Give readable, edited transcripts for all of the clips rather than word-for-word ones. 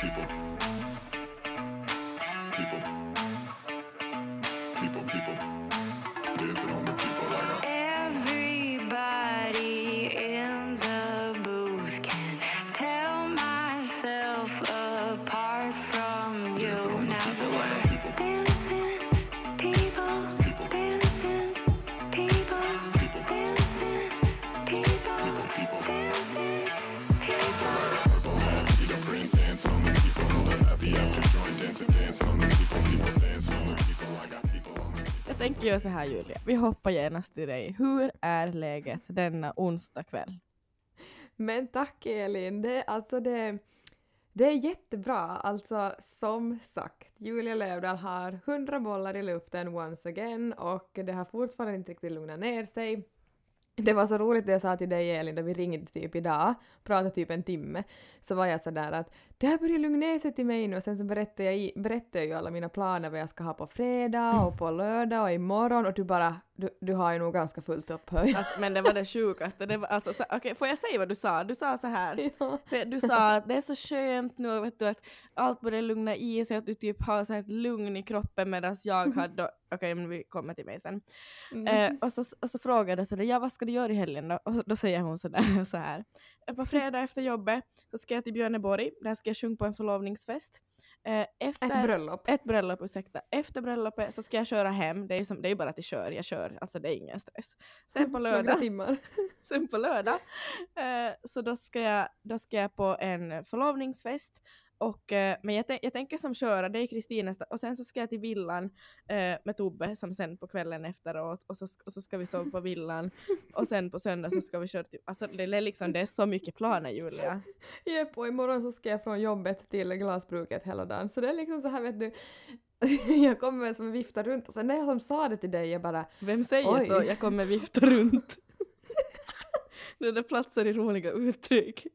Dancing on the people like Everybody in the booth can tell myself apart from you. Now the word dancing people, dancing people, dancing people, dancing people. see the friend dance on the people. All the happy after joint dance on the people dance on the people. I got people on the people. Jag tänker göra så här, Julia. Vi hoppar genast till dig. Hur är läget denna onsdag kväll? Men tack Elin, det är jättebra. Alltså som sagt, Julia Lövdahl har 100 bollar i luften once again och det har fortfarande inte riktigt lugnat ner sig. Det var så roligt det jag sa till dig Elin, då vi ringde typ idag, pratade typ en timme, så var jag så där att det här börjar lugna ner sig till mig nu och sen så berättade jag ju alla mina planer vad jag ska ha på fredag och på lördag och imorgon och du har ju nog ganska fullt upp. Alltså, men det var det sjukaste. Det var, alltså, okej, får jag säga vad du sa? Du sa så här. Ja. För du sa att det är så skönt nu, vet du, att allt börjar lugna i sig, att du typ har så här ett lugn i kroppen medan jag hade... Okej, men vi kommer till mig sen. Och så frågade jag så där, ja, vad ska du göra i helgen då? Och då säger hon så där, så här. På fredag efter jobbet så ska jag till Björneborg. Där ska jag sjunga på en förlovningsfest. Ett bröllop, ursäkta. Efter bröllopet så ska jag köra hem. Det är ju bara att jag kör. Alltså det är ingen stress. Sen på lördag. Några timmar. Sen på lördag. Så då ska jag på en förlovningsfest. Och, men jag tänker som köra, det är Kristinas. Och sen så ska jag till villan med Tobbe som sen på kvällen efteråt. Och så ska vi sova på villan. Och sen på söndag så ska vi köra till... Alltså det är så mycket planer, Julia. Jep, och imorgon så ska jag från jobbet till glasbruket hela dagen. Så det är liksom så här, vet du, jag kommer som vifta runt och sen när jag som sa det till dig, jag bara... Vem säger oj. så? Jag kommer vifta runt. Det där platsar i roliga uttryck.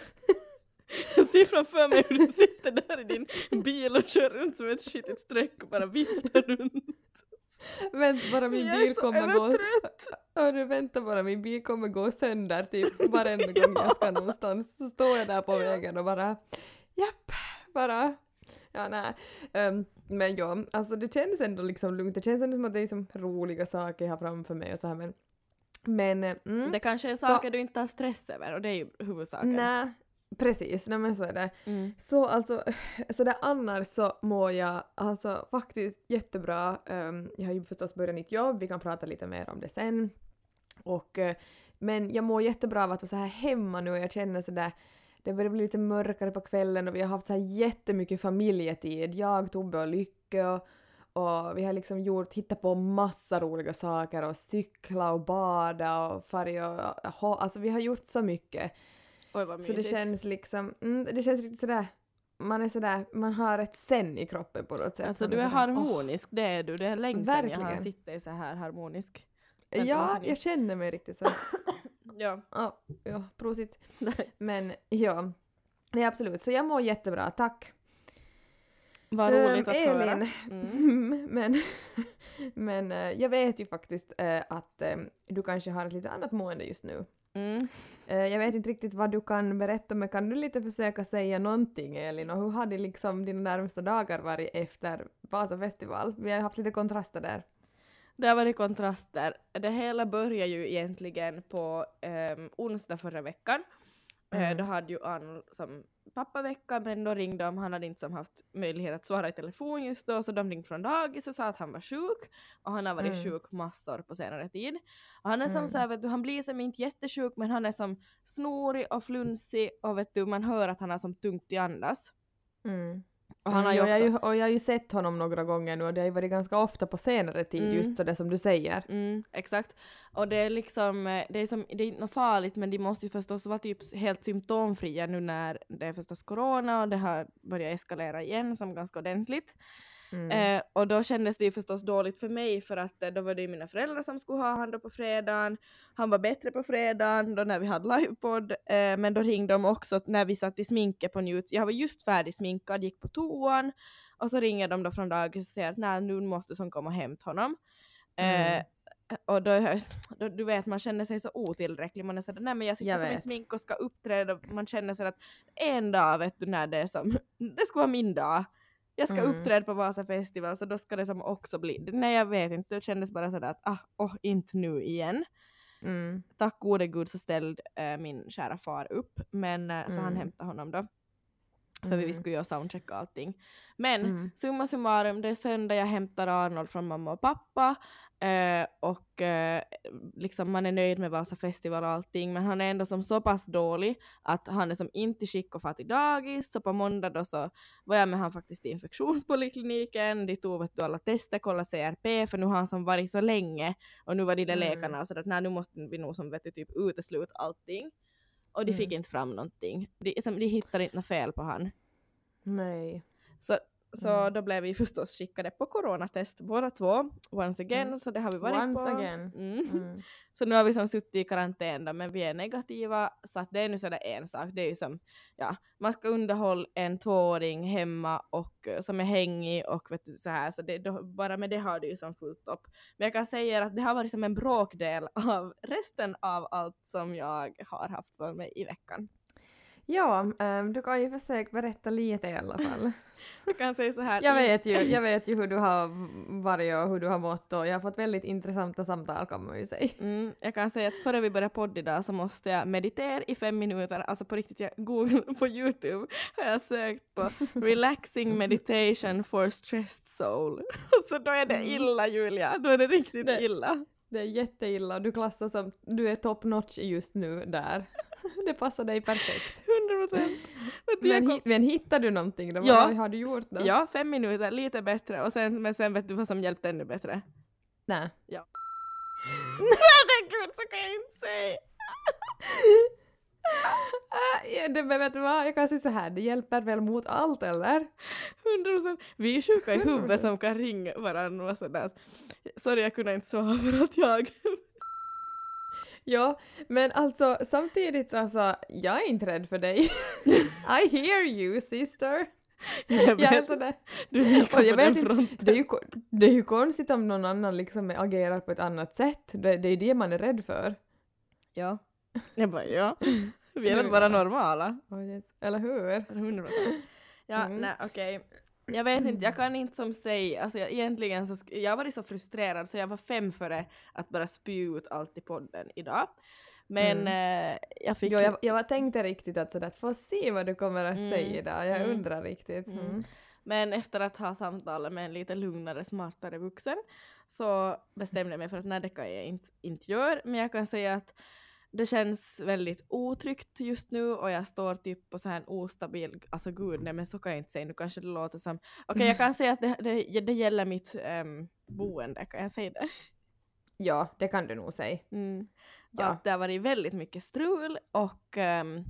Jag ser framför mig hur du sitter där i din bil och kör runt som ett skitigt streck och bara viftar runt. Vänta bara, min Jag är bil så kommer gå... övertrött. Hörru, vänta bara, min bil kommer gå sönder typ varenda gång jag ska någonstans. Så står jag där på vägen och bara... Japp, bara... Ja, nej. Men ja, alltså det känns ändå liksom lugnt. Det känns ändå som att det är som roliga saker jag har framför mig och så här, men Det kanske är saker du inte har stress över och det är ju huvudsaken. Nej, precis. Nej men så är det. Så alltså, så där annars så mår jag alltså faktiskt jättebra. Jag har ju förstås börjat nytt jobb. Vi kan prata lite mer om det sen. Och, men jag mår jättebra av att vara så här hemma nu och jag känner så där. Det börjar bli lite mörkare på kvällen och vi har haft så här jättemycket familjetid. Jag, Tobbe och Lycke och vi har liksom hittat på massa roliga saker och cykla och bada och färg och alltså vi har gjort så mycket. Oj, vad Så det mysigt. känns liksom, det känns riktigt sådär, man har ett sen i kroppen på något sätt. Alltså du är harmonisk, det är du. Det är länge sedan jag har Verkligen. sittit så här harmonisk. Ja, jag känner mig riktigt så. Ja. Ja, prosit. Men ja, det är absolut. Så jag mår jättebra, tack. Vad roligt att höra. Elin, men jag vet ju faktiskt att du kanske har ett lite annat mående just nu. Jag vet inte riktigt vad du kan berätta, men kan du lite försöka säga någonting, Elin? Och hur har det liksom dina närmsta dagar varit efter Vasa festival? Vi har haft lite kontraster där. Det har varit kontraster. Det hela börjar ju egentligen på onsdag förra veckan. Då hade ju Arnold som pappavecka, men då ringde de. Han hade inte som haft möjlighet att svara i telefon just då, så de ringde från dagis och sa att han var sjuk. Och han har varit sjuk massor på senare tid. Och han är som så här, vet du, han blir som inte jättesjuk, men han är som snorig och flunsig och vet du, man hör att han har som tungt i andas. Och han har ju också... jag har ju sett honom några gånger nu och det har ju varit ganska ofta på senare tid, just så det som du säger. Exakt. Och det är liksom, det är inte något farligt, men de måste ju förstås vara typ helt symptomfria nu när det är förstås corona och det har börjat eskalera igen som ganska ordentligt. Och då kändes det ju förstås dåligt för mig, för att då var det ju mina föräldrar som skulle ha han då på fredagen. Han var bättre på fredagen då när vi hade livepodd, men då ringde de också när vi satt i sminket på Newt. Jag var just färdig sminkad, gick på toan och så ringer de då från dagis och säger att nej, nu måste du som komma och hämta honom. Och då, du vet, man känner sig så otillräcklig. Man är sådär, nej men jag sitter Jag som i vet. smink och ska uppträda. Och man känner sig att en dag, vet du, när det är som, det ska vara min dag. Jag ska uppträda på Vasa festival, så då ska det som också bli. Nej, jag vet inte, det kändes bara sådär att, inte nu igen. Tack gode gud så ställde min kära far upp, men så han hämtade honom då. För vi skulle göra soundcheck och allting. Men summa summarum, det är söndag, jag hämtar Arnold från mamma och pappa. Och liksom man är nöjd med Vasa festival och allting. Men han är ändå som så pass dålig att han är som inte skick och fatt i dagis. Så på måndag då så var jag med han faktiskt i infektionspolikliniken. De tog vet du, alla tester, kolla CRP. För nu har han som varit så länge. Och nu var de där läkarna så att nej, nu måste vi nog som vet du, typ utesluta allting. Och de fick inte fram någonting. De hittade inte något fel på han. Nej. Så då blev vi förstås skickade på coronatest båda två. Once again. Så det har vi varit Once på. again. Så nu har vi som suttit i karantän då, men vi är negativa. Så att det är nu sådär en sak. Det är ju som, ja, man ska underhålla en 2-åring hemma och som är hängig och vet du så här. Så det, då, bara med det har det ju som fullt upp. Men jag kan säga att det har varit som en bråkdel av resten av allt som jag har haft för mig i veckan. Ja, du kan ju försöka berätta lite i alla fall. Jag kan säga så här. Jag vet ju hur du har varit och hur du har mått och jag har fått väldigt intressanta samtal kan man ju säga. Jag kan säga att före vi börjar podda idag så måste jag meditera i 5 minuter. Alltså på riktigt, jag Google på YouTube har jag sökt på relaxing meditation for stressed soul. Så då är det illa, Julia. Då är det riktigt illa. Det är jätteilla. Du klassar som, du är top notch just nu där. Det passar dig perfekt. 100%. Men hittar du någonting då? Ja. Vad har du gjort då? Ja, 5 minuter, lite bättre. Och sen vet du vad som hjälpte ännu bättre? Nej. Ja. Herregud, så kan jag inte säga. Men vet du vad? Jag kan säga så här, det hjälper väl mot allt eller? 100%. Vi är sjuka i huvudet som kan ringa varandra och sådär. Sorry, jag kunde inte svara för att jag... Ja, men alltså samtidigt så alltså, jag är inte rädd för dig. I hear you, sister. Jag vet, är sådär. du är lika på den fronten. Det är ju konstigt om någon annan liksom agerar på ett annat sätt. Det är ju det man är rädd för. Ja. Jag bara, ja. Vi är väl bara normala. Oh yes. Eller hur? 100%. Ja, nej, okej. Jag vet inte, jag kan inte som säga, alltså egentligen så jag var så frustrerad så jag var 5 före att bara spy ut allt i podden idag. Men jag fick... Jo, jag tänkte riktigt att sådär, få se vad du kommer att säga idag. Jag undrar riktigt. Men efter att ha samtalat med en lite lugnare, smartare vuxen så bestämde jag mig för att nej, det kan jag inte göra. Men jag kan säga att det känns väldigt otryggt just nu och jag står typ på så här en ostabil, alltså gud nej men så kan jag inte säga, nu kanske det låter som, okej, jag kan säga att det gäller mitt boende, kan jag säga det? Ja, det kan du nog säga. Ja, det har varit väldigt mycket strul och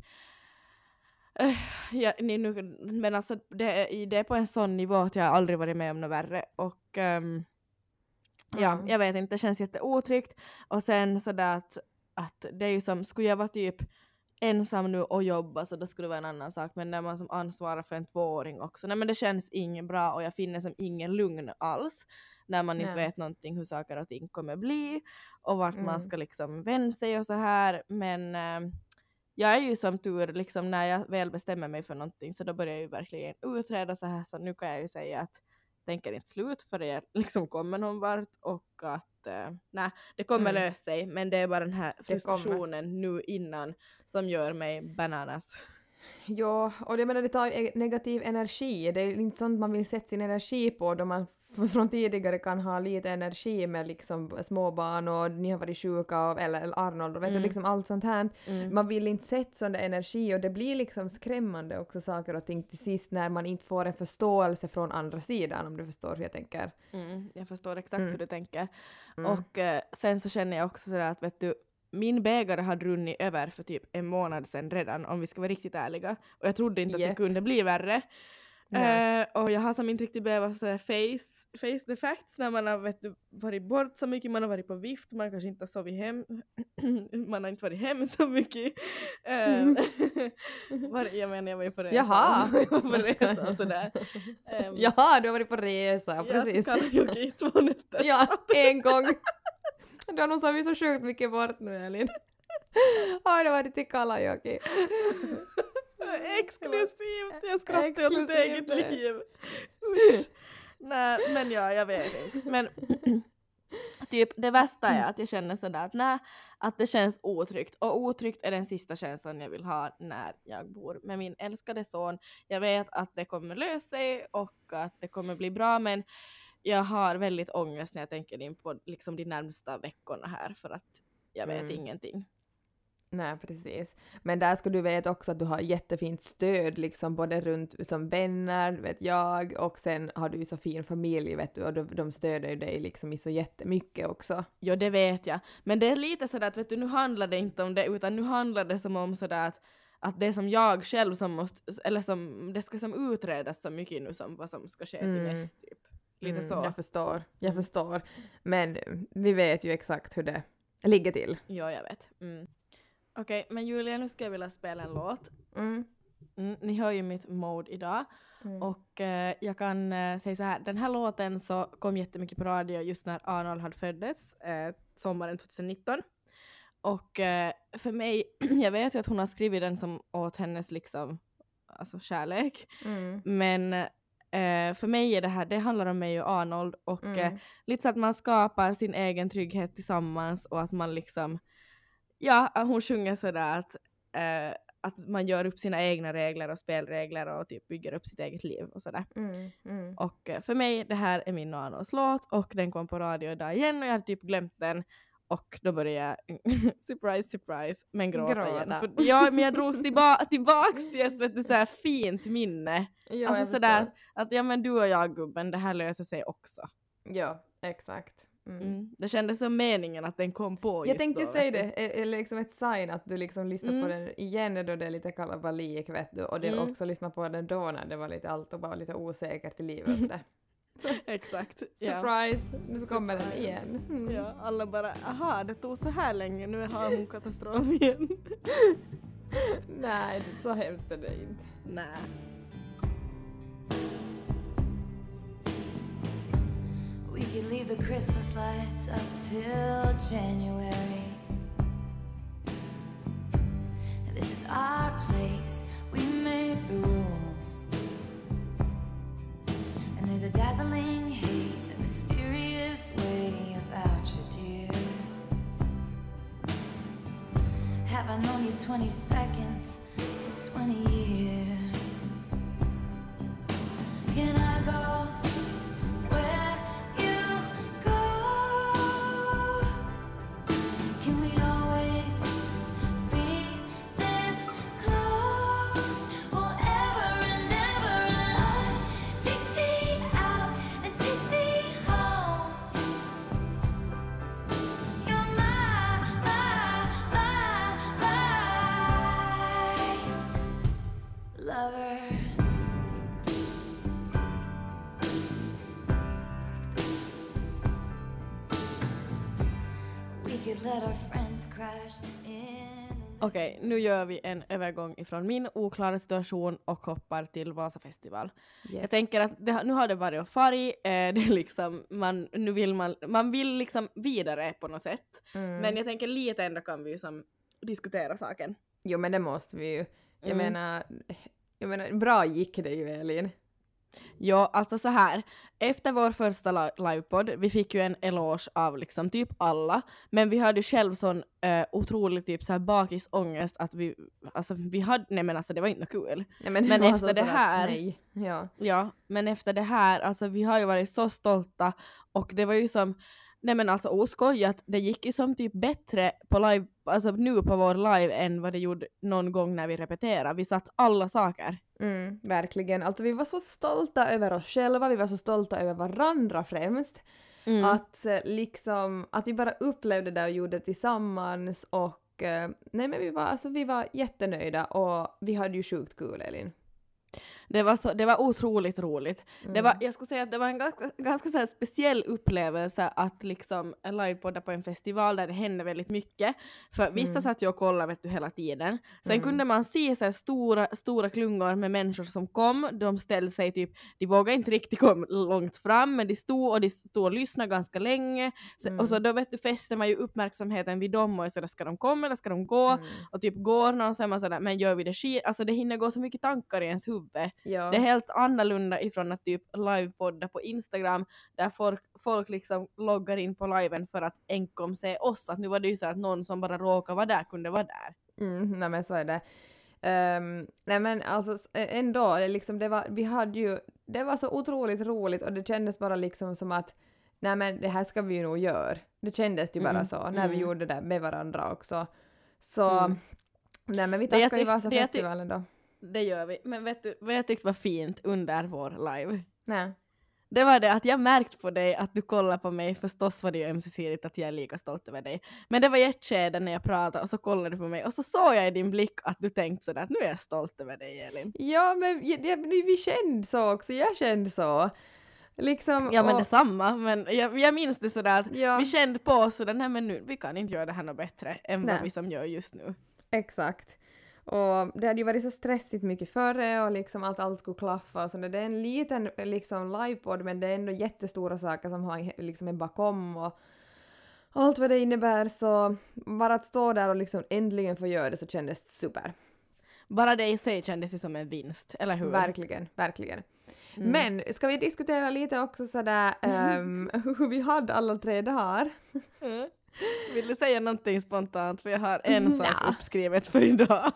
men alltså det är på en sån nivå att jag aldrig varit med om något värre och ja, jag vet inte, det känns jätteotryggt och sen sådär att det är ju som, skulle jag vara typ ensam nu och jobba så då skulle det vara en annan sak, men när man som ansvarar för en 2-åring också, nej men det känns ingen bra och jag finner som ingen lugn alls när man inte vet någonting hur saker och ting kommer bli och vart man ska liksom vända sig och så här, men jag är ju som tur liksom när jag väl bestämmer mig för någonting så då börjar jag ju verkligen utreda så här, så nu kan jag ju säga att tänker inte slut för det liksom kommer någon vart och att nej, det kommer lösa sig, men det är bara den här frustrationen nu innan som gör mig bananas. Ja, och det menar det tar negativ energi. Det är inte sånt man vill sätta sin energi på då man från tidigare kan ha lite energi med liksom småbarn och ni har varit sjuka eller Arnold och vet du, liksom allt sånt här. Man vill inte sätta sån där energi och det blir liksom skrämmande också saker och ting till sist när man inte får en förståelse från andra sidan, om du förstår hur jag tänker. Jag förstår exakt hur du tänker. Och sen så känner jag också sådär att vet du, min bägare hade runnit över för typ en månad sedan redan, om vi ska vara riktigt ärliga. Och jag trodde inte att det kunde bli värre. Och jag har som inte riktigt behövt sådär face the facts när man har vet du, varit bort så mycket, man har varit på vift, man kanske inte har sovit hem, man har inte varit hem så mycket. Jag menar jag var ju på resa. Jaha! Jag var på resa och sådär. Jaha, du har varit på resa, precis. Jag kallar ju 2 nätter. Ja, en gång. Du har nog sovit så sjukt mycket bort nu, Elin. Har du varit i Kalajoki? Exklusivt! Jag skrattar åt mitt eget liv. Usch. Nej, men ja, jag vet inte. Men typ det värsta är att jag känner sådär att nej, att det känns otryggt. Och otryggt är den sista känslan jag vill ha när jag bor med min älskade son. Jag vet att det kommer lösa sig och att det kommer bli bra, men jag har väldigt ångest när jag tänker in på liksom de närmsta veckorna här, för att jag vet ingenting. Nej, precis. Men där ska du veta också att du har jättefint stöd liksom både runt som vänner, vet jag, och sen har du ju så fin familj, vet du, och de stöder ju dig liksom i så jättemycket också. Ja, det vet jag. Men det är lite sådär att vet du, nu handlar det inte om det, utan nu handlar det som om sådär att det är som jag själv som måste, eller som det ska som utredas så mycket nu som vad som ska ske till näst typ. Lite så. Jag förstår. Men vi vet ju exakt hur det ligger till. Ja, jag vet. Okej, men Julia, nu ska jag vilja spela en låt. Ni hör ju mitt mode idag. Och jag kan säga så här. Den här låten så kom jättemycket på radio just när Arnold hade föddes. Sommaren 2019. Och för mig, jag vet ju att hon har skrivit den som åt hennes liksom, alltså kärlek. Men för mig är det handlar om mig och Arnold. Och lite så att man skapar sin egen trygghet tillsammans. Och att man liksom, ja, hon sjunger sådär att man gör upp sina egna regler och spelregler och typ bygger upp sitt eget liv och sådär. Och för mig, det här är min och Arnolds låt och den kom på radio idag igen och jag hade typ glömt den. Och då började jag, surprise, surprise, men gråta igen. För, ja, men jag drogs tillbaks till ett vet du, så här fint minne. Ja, alltså sådär att ja, men du och jag gubben, det här löser sig också. Ja, exakt. Det kändes som meningen att den kom på just jag tänkte då, säga det, är liksom ett sign att du liksom lyssnar på den igen då det är lite kalabalik, vet du, och det också lyssnar på den då när det var lite allt och bara lite osäkert i livet och sådär. Exakt. Surprise, nu kommer den igen. Ja, alla bara, aha, det tog så här länge, nu har hon katastrof igen. Nej, så hemskt är det inte. Nej. We could leave the Christmas lights up till January. This is our place, we made the rules. And there's a dazzling haze, a mysterious way about you, dear. Have I known you 20 seconds or 20 years? Can I go? Okej, nu gör vi en övergång ifrån min oklara situation och hoppar till Vasafestival. Yes. Jag tänker att nu har det varit och färg, det är liksom, man vill liksom vidare på något sätt. Men jag tänker lite ändå kan vi som diskutera saken. Jo, men det måste vi ju. Jag menar, bra gick det ju, Elin. Ja, alltså så här. Efter vår första livepodd, vi fick ju en eloge av liksom typ alla, men vi hade ju själv sån otroligt typ så här bakisångest att vi hade, nej men alltså det var inte något kul. Nej, men efter alltså det här, nej. Ja, men efter det här, alltså vi har ju varit så stolta och det var ju som, nej men alltså oskojat, det gick ju som typ bättre på live, alltså nu på vår live än vad det gjorde någon gång när vi repeterade. Vi satt alla saker. Verkligen. Alltså vi var så stolta över oss själva, vi var så stolta över varandra främst. Att liksom, att vi bara upplevde det och gjorde det tillsammans och nej men vi var jättenöjda och vi hade ju sjukt kul, Elin. Det var otroligt roligt. Jag skulle säga att det var en ganska så här speciell upplevelse att liksom livepodda på en festival där det hände väldigt mycket. För vissa satt ju och kollade hela tiden. Sen kunde man se så här stora klungor med människor som kom. De ställde sig typ, de vågade inte riktigt komma långt fram, men de stod och lyssnade ganska länge. Och så då fäster man ju uppmärksamheten vid dem och så ska de komma eller ska de gå? Och typ går någon och så är man sådär, men gör vi det skit? Alltså det hinner gå så mycket tankar i ens huvud. Ja. Det är helt annorlunda ifrån att typ livepodda på Instagram där folk liksom loggar in på liven för att enkom se oss. Att nu var det ju så att någon som bara råkar vara där kunde vara där. Nej men så är det. Nej men alltså ändå, liksom det var så otroligt roligt och det kändes bara liksom som att nej men det här ska vi ju nog göra. Det kändes ju bara så när vi gjorde det med varandra också. Så nej men vi tackar ju Vasafestivalen då. Det gör vi. Men vet du vad jag tyckte var fint under vår live? Nej. Det var det att jag märkt på dig att du kollar på mig. Förstås var det ju ömsesidigt att jag är lika stolt över dig. Men det var jättekärde när jag pratade och så kollade du på mig. Och så såg jag i din blick att du tänkte sådär att nu är jag stolt över dig, Elin. Ja men vi kände så också. Jag kände så. Liksom, ja men detsamma. Men jag minns det sådär att ja. Vi kände på oss sådär, nej men nu, vi kan inte göra det här något bättre än vad vi som gör just nu. Exakt. Och det hade ju varit så stressigt mycket förre och liksom allt skulle klaffa och så det är en liten liksom livepodd men det är ändå jättestora saker som har liksom en bakom och allt vad det innebär, så bara att stå där och liksom äntligen få göra det så kändes det super. Bara det i sig kändes det som en vinst, eller hur? Verkligen. Men ska vi diskutera lite också sådär hur vi hade alla 3 dagar? Vill du säga någonting spontant? För jag har en sak uppskrivet för idag.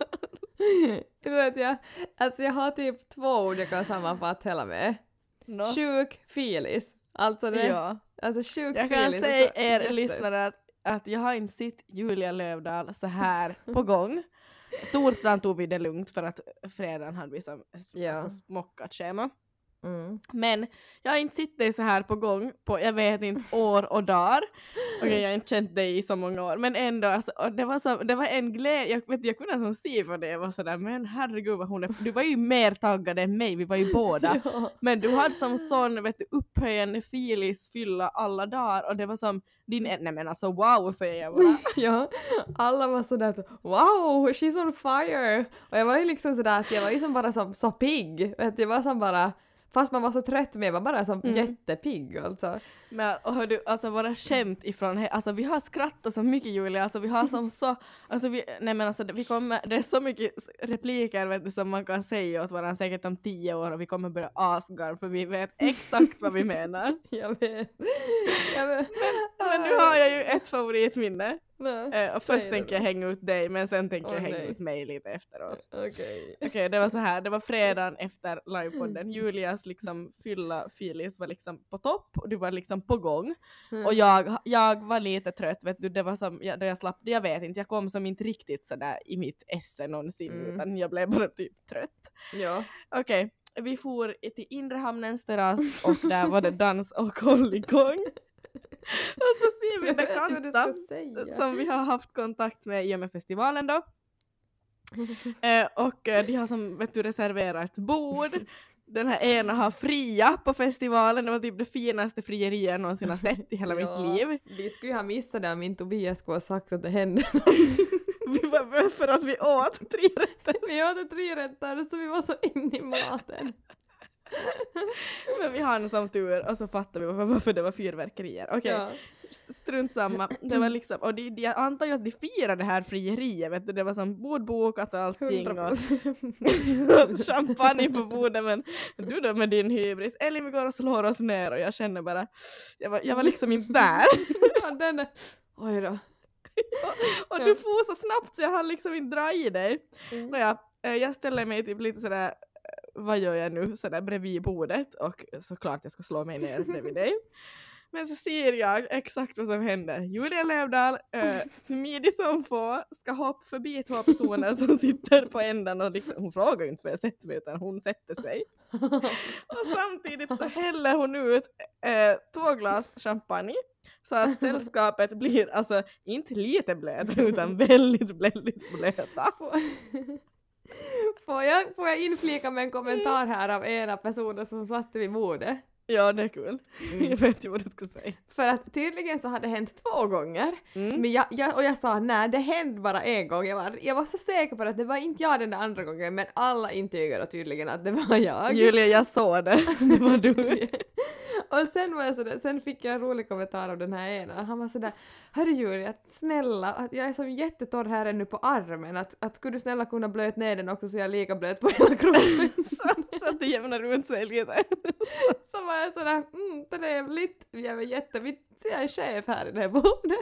Jag har typ 2 ord jag kan sammanfatta hela med. Sjuk filis. Alltså sjuk jag filis. Jag kan säga er lyssnare att jag har inte sett Julia Lövdahl så här på gång. Torsdagen tog vi det lugnt för att fredagen hade vi som smockat schema. Men jag har inte sett dig så här på gång på, jag vet inte, år och dagar. Okej, jag har inte känt dig i så många år. Men ändå, alltså, det var en glädje. Jag kunde som se för det. Jag var sådär, men herregud vad hon är. Du var ju mer taggad än mig, vi var ju båda. Men du hade som sån, upphöjande filis fylla alla dagar. Och det var som nej men alltså wow, säger jag bara. Ja, alla var sådär, wow, she's on fire. Och jag var ju liksom sådär, att jag var ju som bara så pigg. Jag var som bara, fast man var så trött med, jag var bara som jättepigg alltså. Men och hör du, alltså våra skämt ifrån, alltså vi har skrattat så mycket, Julia, alltså vi har som så, alltså vi kommer, det är så mycket repliker som man kan säga åt varandra säkert om 10 år och vi kommer börja asgarv för vi vet exakt vad vi menar. Jag vet. Men nu har jag ju ett favoritminne. Och först tänker jag hänga ut dig, men sen tänker jag hänga ut mig lite efteråt. Okej, det var så här. Det var fredagen efter livepodden. Julias liksom fylla filis var liksom på topp och du var liksom på gång. Och jag var lite trött, vet du. Det var som, då jag slapp, jag vet inte, jag kom som inte riktigt sådär i mitt esse någonsin, utan jag blev bara typ trött. Ja. Okej, vi for till Inre Hamnens terrass och där var det dans och hålligång. Och så ser vi bekanta som vi har haft kontakt med i och med festivalen då. Och de har som reserverat ett bord. Den här ena har fria på festivalen. Det var typ det finaste frieriet jag någonsin har sett i hela mitt liv. Vi skulle ju ha missat det om inte Tobias skulle ha sagt att det hände för att vi åt 3 rätter. Vi åt 3 rätter så vi var så inne i maten. Men vi har en sån tur och så fattar vi varför det var fyrverkerier. Okej, strunt samma. Det var liksom, och jag antar ju att de firade det här frieriet, vet du, det var som bordbokat och allting och champagne på bordet, men du då med din hybris. Eller vi går och slår oss ner och jag känner bara, jag var liksom inte där. Oj då. Och du får så snabbt så jag hann liksom inte dra i dig. Jag ställer mig typ lite sådär, vad gör jag nu? Sådär bredvid bordet. Och såklart jag ska slå mig ner bredvid dig. Men så ser jag exakt vad som händer. Julia Lövdahl, smidig som få, ska hoppa förbi 2 personer som sitter på ändan. Och liksom, hon frågar ju inte för jag sätter mig, utan hon sätter sig. Och samtidigt så häller hon ut 2 glas champagne. Så att sällskapet blir alltså inte lite blöt utan väldigt, väldigt blöta. Får jag inflika med en kommentar här av ena personen som satt vid bordet? Ja, det är kul. Jag vet ju vad du ska säga. För att tydligen så hade det hänt 2 gånger. Men jag sa nej, det hände bara en gång. Jag var så säker på att det var inte jag den där andra gången, men alla intygade tydligen att det var jag. Julia, jag såg det. Det var du. Och sen var jag sådär, sen fick jag en rolig kommentar av den här ena. Han var sådär, hörru Julia, snälla, att jag är så jättetorr här ännu på armen, att skulle du snälla kunna blöt ner den också så jag är lika blöt på hela kroppen. Så att det jämnar runt sig lite. Så var jag sådär, trevligt, jag är jättevitt, jag är chef här i det här bordet.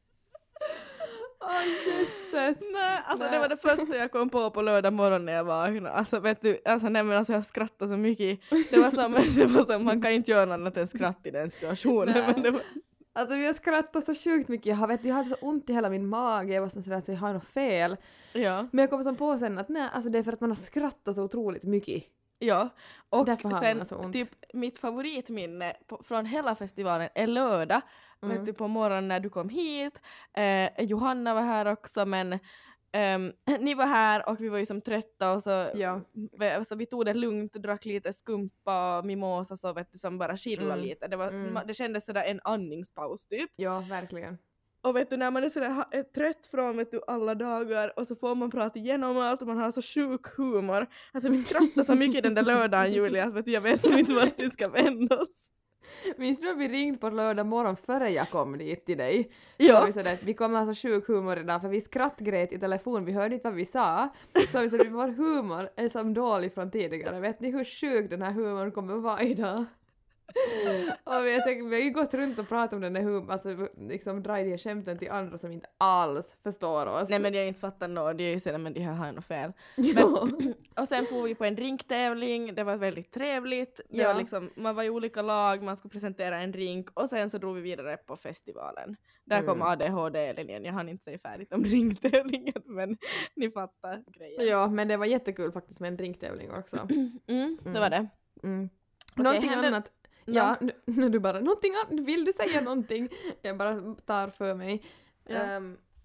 Åh jösses. Nej, alltså det var det första jag kom på lördag morgon när jag vaknade. Alltså vet du, alltså nej men alltså jag skrattade så mycket. Det var som man kan inte göra annat än skratt i den situationen. Men det var... Alltså vi har skrattat så sjukt mycket. Jag hade så ont i hela min mage. Jag var sådär att jag har något fel. Ja. Men jag kom som på sen att nej, alltså det är för att man har skrattat så otroligt mycket. Ja, och sen typ mitt favoritminne från hela festivalen är lördag. Vet du, på morgonen när du kom hit. Johanna var här också, men ni var här och vi var ju som trötta och så, så vi tog det lugnt, drack lite skumpa och mimosa så vet du, som bara chilla lite. Det kändes sådär en andningspaus typ. Ja, verkligen. Och vet du, när man är sådär trött från vet du, alla dagar och så får man prata igenom allt och man har så sjuk humor. Alltså vi skrattar så mycket den där lördagen, Julia, vet du, jag vet inte vart vi ska vända oss. Minns du att vi ringde på lördag morgon före jag kom dit till dig? Ja. Så vi sa att vi kommer ha så sjuk humor idag för vi skrattgrät i telefon, vi hörde inte vad vi sa. Så vi sa att vår humor är som dålig från tidigare. Vet ni hur sjuk den här humorn kommer vara idag? Och vi har ju gått runt och pratat om den här humorn, alltså liksom dra de här skämten till andra som inte alls förstår oss. Nej men jag har inte fattat något, det är ju sådär men de här har något fel. Ja. Men, och sen får vi på en drinktävling, det var väldigt trevligt. Det var liksom, man var i olika lag, man skulle presentera en drink och sen så drog vi vidare på festivalen. Där kom ADHD-linjen, jag hann inte säga färdigt om drinktävlingen men ni fattar grejen. Ja, men det var jättekul faktiskt med en drinktävling också. Det var det. Någonting annat. Ja, nu du bara, någonting annat, vill du säga någonting? Jag bara tar för mig. Ja.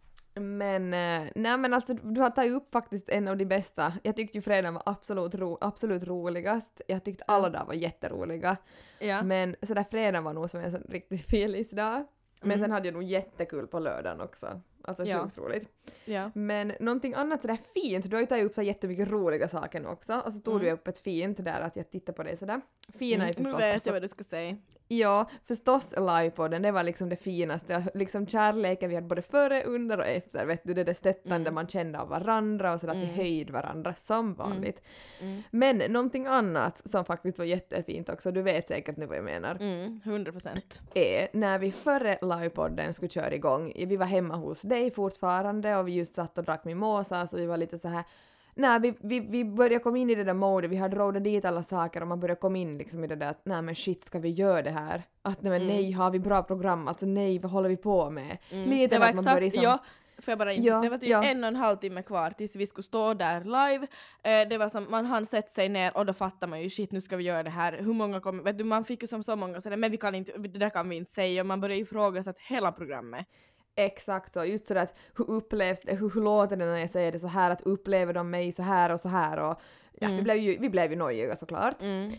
Men alltså du har tagit upp faktiskt en av de bästa. Jag tyckte ju fredagen var absolut roligast. Jag tyckte alla dagar var jätteroliga. Ja. Men så där fredagen var nog som en sån riktigt felisdag. Men sen hade jag nog jättekul på lördagen också. Alltså sjukt roligt. Ja. Men någonting annat sådär fint, du har ju tagit upp så jättemycket roliga saker också. Och så tog du upp ett fint där att jag tittar på dig sådär. Fina är förstås. Nu vet jag vad du ska säga. Ja, förstås livepodden, det var liksom det finaste. Liksom kärleken vi hade både före, under och efter. Vet du, det där stöttande man kände av varandra och så att vi höjde varandra som vanligt. Men någonting annat som faktiskt var jättefint också, du vet säkert nu vad jag menar. 100%. Är när vi före livepodden skulle köra igång, vi var hemma hos dig fortfarande och vi just satt och drack mimosa så vi var lite så här. Nej, vi började komma in i det där mode, vi hade rådat dit alla saker och man började komma in liksom i det där att nej men shit, ska vi göra det här? Att nej men nej, har vi bra program? Alltså nej, vad håller vi på med? Lite det var att man exakt, börjar som... ja, för jag bara det var typ 1,5 timme kvar tills vi skulle stå där live. Det var som, man hann sätta sig ner och då fattar man ju shit, nu ska vi göra det här. Hur många kommer, vet du, man fick ju som så många så men vi kan inte, det där kan vi inte säga och man började ifrågasätta hela programmet. Exakt så, just sådär att hur upplevs det, hur låter det när jag säger det så här, att upplever de mig så här och ja, vi blev ju nojiga såklart.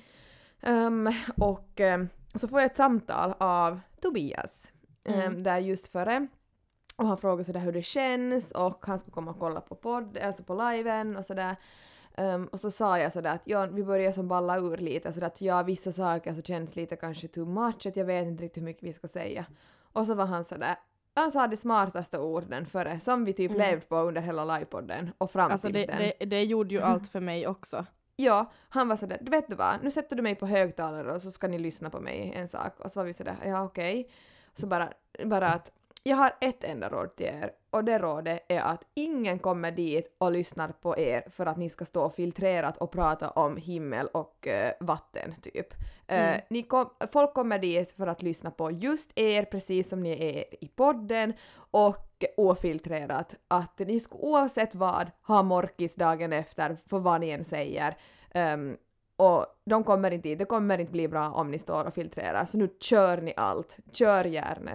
Så får jag ett samtal av Tobias där just före och han frågade sådär hur det känns och han skulle komma och kolla på alltså på liven och sådär. Och så sa jag sådär att ja, vi börjar som balla ur lite sådär att ja, vissa saker så känns lite kanske too much, att jag vet inte riktigt hur mycket vi ska säga. Och så var han sådär, han sa de smartaste orden före, som vi typ levde på under hela livepodden och fram alltså till den. Det gjorde ju allt för mig också. Ja, han var sådär, vet du vad, nu sätter du mig på högtalare och så ska ni lyssna på mig en sak. Och så var vi sådär, ja okej. Så bara att jag har ett enda råd till er och det rådet är att ingen kommer dit och lyssnar på er för att ni ska stå filtrerat och prata om himmel och vatten typ. Folk kommer dit för att lyssna på just er precis som ni är i podden och ofiltrerat. Att ni ska oavsett vad ha morkis dagen efter för vad ni än säger. Och de kommer inte dit, det kommer inte bli bra om ni står och filtrerar. Så nu kör ni allt, kör järnet.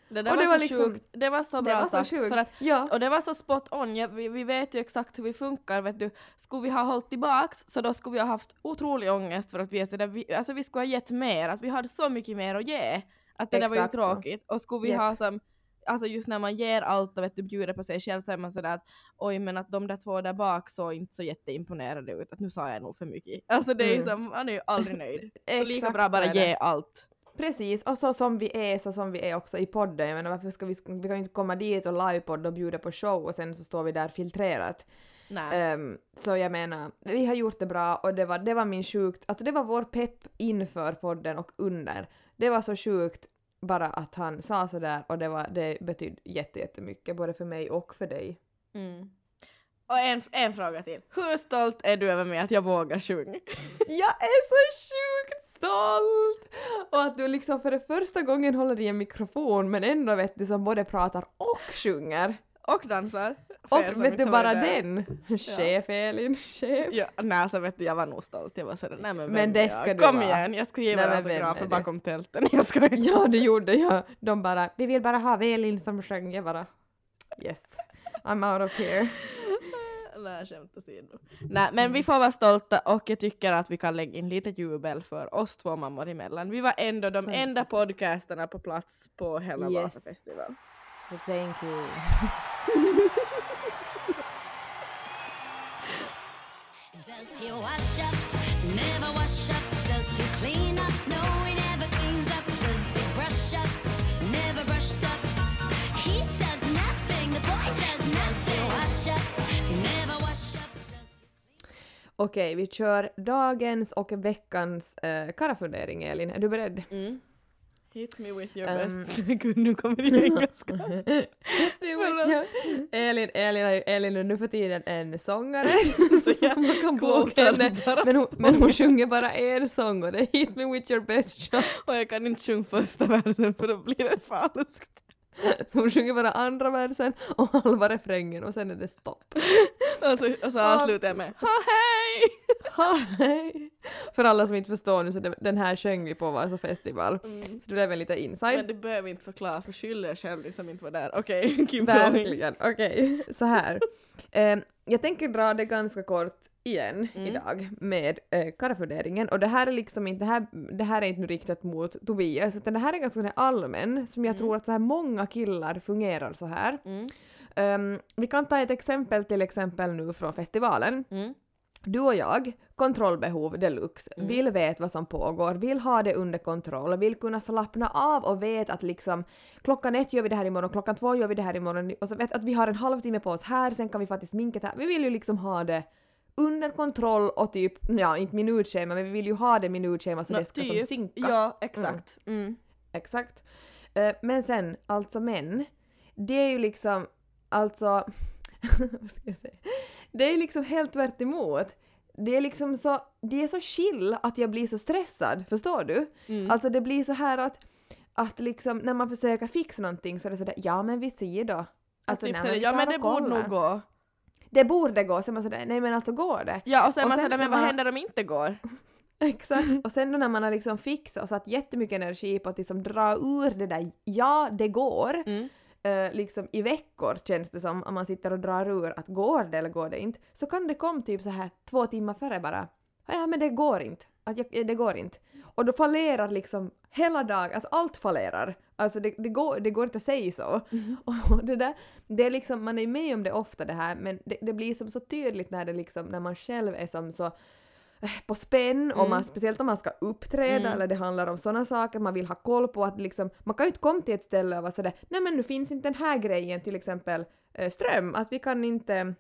Det där Och var, det var så liksom- sjukt. Det var så Det bra var så sagt. sjukt. För att, Ja. och det var så spot on. Vi vet ju exakt hur vi funkar. Vet du. Skulle vi ha hållit tillbaks så då skulle vi ha haft otrolig ångest för att vi är så där, vi skulle ha gett mer. Att vi hade så mycket mer att ge. Att det där var ju Exakt så. tråkigt. Och skulle vi Japp. ha som, alltså just när man ger allt och vet du, bjuder på sig själv så är man sådär att oj men att de där två där bak så inte så jätteimponerade ut. Att nu sa jag nog för mycket. Alltså det är ju som, man är ju aldrig nöjd. Så lika Exakt bra så bara är det. ge allt. Precis, och så som vi är också i podden. Jag menar, varför ska vi kan ju inte komma dit och livepodda och bjuda på show och sen så står vi där filtrerat. Nej. Så jag menar, vi har gjort det bra och det var min sjukt, alltså det var vår pepp inför podden och under. Det var så sjukt bara att han sa sådär och det betydde jättemycket både för mig och för dig. Mm. Och en fråga till. Hur stolt är du över mig att jag vågar sjunga? Jag är så sjukt stolt! Och att du liksom för det första gången håller i en mikrofon men ändå vet du som både pratar och sjunger. Och dansar. Och För er som vet inte du var bara där. den? Chef Elin, chef. Ja, nej så vet du, jag var nog stolt. Jag var sådär, nej men, Men vem det är jag? ska du Kom vara. igen, jag skriver Nej, men vem autografer är bakom tälten. Jag ska Ja, det gjorde jag. De bara, vi vill bara ha Elin som sjöng. Jag bara, yes, I'm out of here. Nej, skämt åsido. Nej, men vi får vara stolta och jag tycker att vi kan lägga in lite jubel för oss två mammor emellan. Vi var ändå de enda podcasterna på plats på hela Yes. Vasafestival. Thank you. Does he wash up? Never wash up. Does he clean up? No, he never cleans up. Does he brush up? Never brushed up. He does nothing. The boy does nothing. Wash up? Never wash up. Okej, vi kör dagens och veckans karafundering, Elin. Är du beredd? Mm. Hit me with your Um, best. Gud, nu kommer det engelska. Elin är nu för tiden en sångare. Så jag Man kan coolt boka henne. att bara Men hon sjunger bara en sång och det är Hit me with your best shot. och jag kan inte sjunga första versen för då blir det falskt. Så hon sjunger bara andra versen och halva refrängen och sen är det stopp. Och så avslutar jag med ha hej! Hej! För alla som inte förstår nu så den här sjöng vi på Vasa festival. Mm. Så det är väl lite insight. Men du behöver inte förklara för skyller själv ni som inte var där. Okej, keep going. Verkligen. Okej, så här. Jag tänker dra det ganska kort igen idag med karafunderingen. Och det här är liksom inte, det här är inte nu riktat mot Tobias, utan det här är ganska allmän som jag tror att så här många killar fungerar så här. Vi kan ta ett exempel till exempel nu från festivalen. Du och jag, kontrollbehov deluxe, vill veta vad som pågår, vill ha det under kontroll, vill kunna slappna av och vet att liksom klockan 1 gör vi det här imorgon, klockan 2 gör vi det här imorgon och så vet att vi har en halvtimme på oss här, sen kan vi faktiskt sminket här. Vi vill ju liksom ha det under kontroll och typ, ja inte minutschema, men vi vill ju ha det minutschema så det ska som synka. Ja, exakt. Exakt. Men sen, alltså män, det är ju liksom, alltså, vad ska jag säga? Det är liksom helt tvärt emot. Det är liksom så, det är så chill att jag blir så stressad, förstår du? Alltså det blir så här att liksom när man försöker fixa någonting så är det sådär, ja men vi ser då. Alltså, Typ nej, sådär, vi ja tar men och det borde kollar. nog gå. Det borde gå, så är man sådär, nej men alltså går det? Ja och sen Och man sen sådär, men när vad man- händer om inte går? Exakt. Och sen då när man har liksom fixat och satt jättemycket energi på att liksom dra ur det där, ja det går, liksom i veckor känns det som, om man sitter och drar ur att går det eller går det inte, så kan det komma typ så här 2 timmar före bara, ja men det går inte, det går inte. Och då fallerar liksom hela dagen, alltså allt fallerar. Alltså det går inte att säga så. Och det där, det är liksom, man är med om det ofta det här, men det blir som så tydligt när det liksom, när man själv är som så på spänn och man, speciellt om man ska uppträda eller det handlar om sådana saker, man vill ha koll på att liksom, man kan ju inte komma till ett ställe och vara sådär, nej men nu finns inte den här grejen, till exempel ström, att vi kan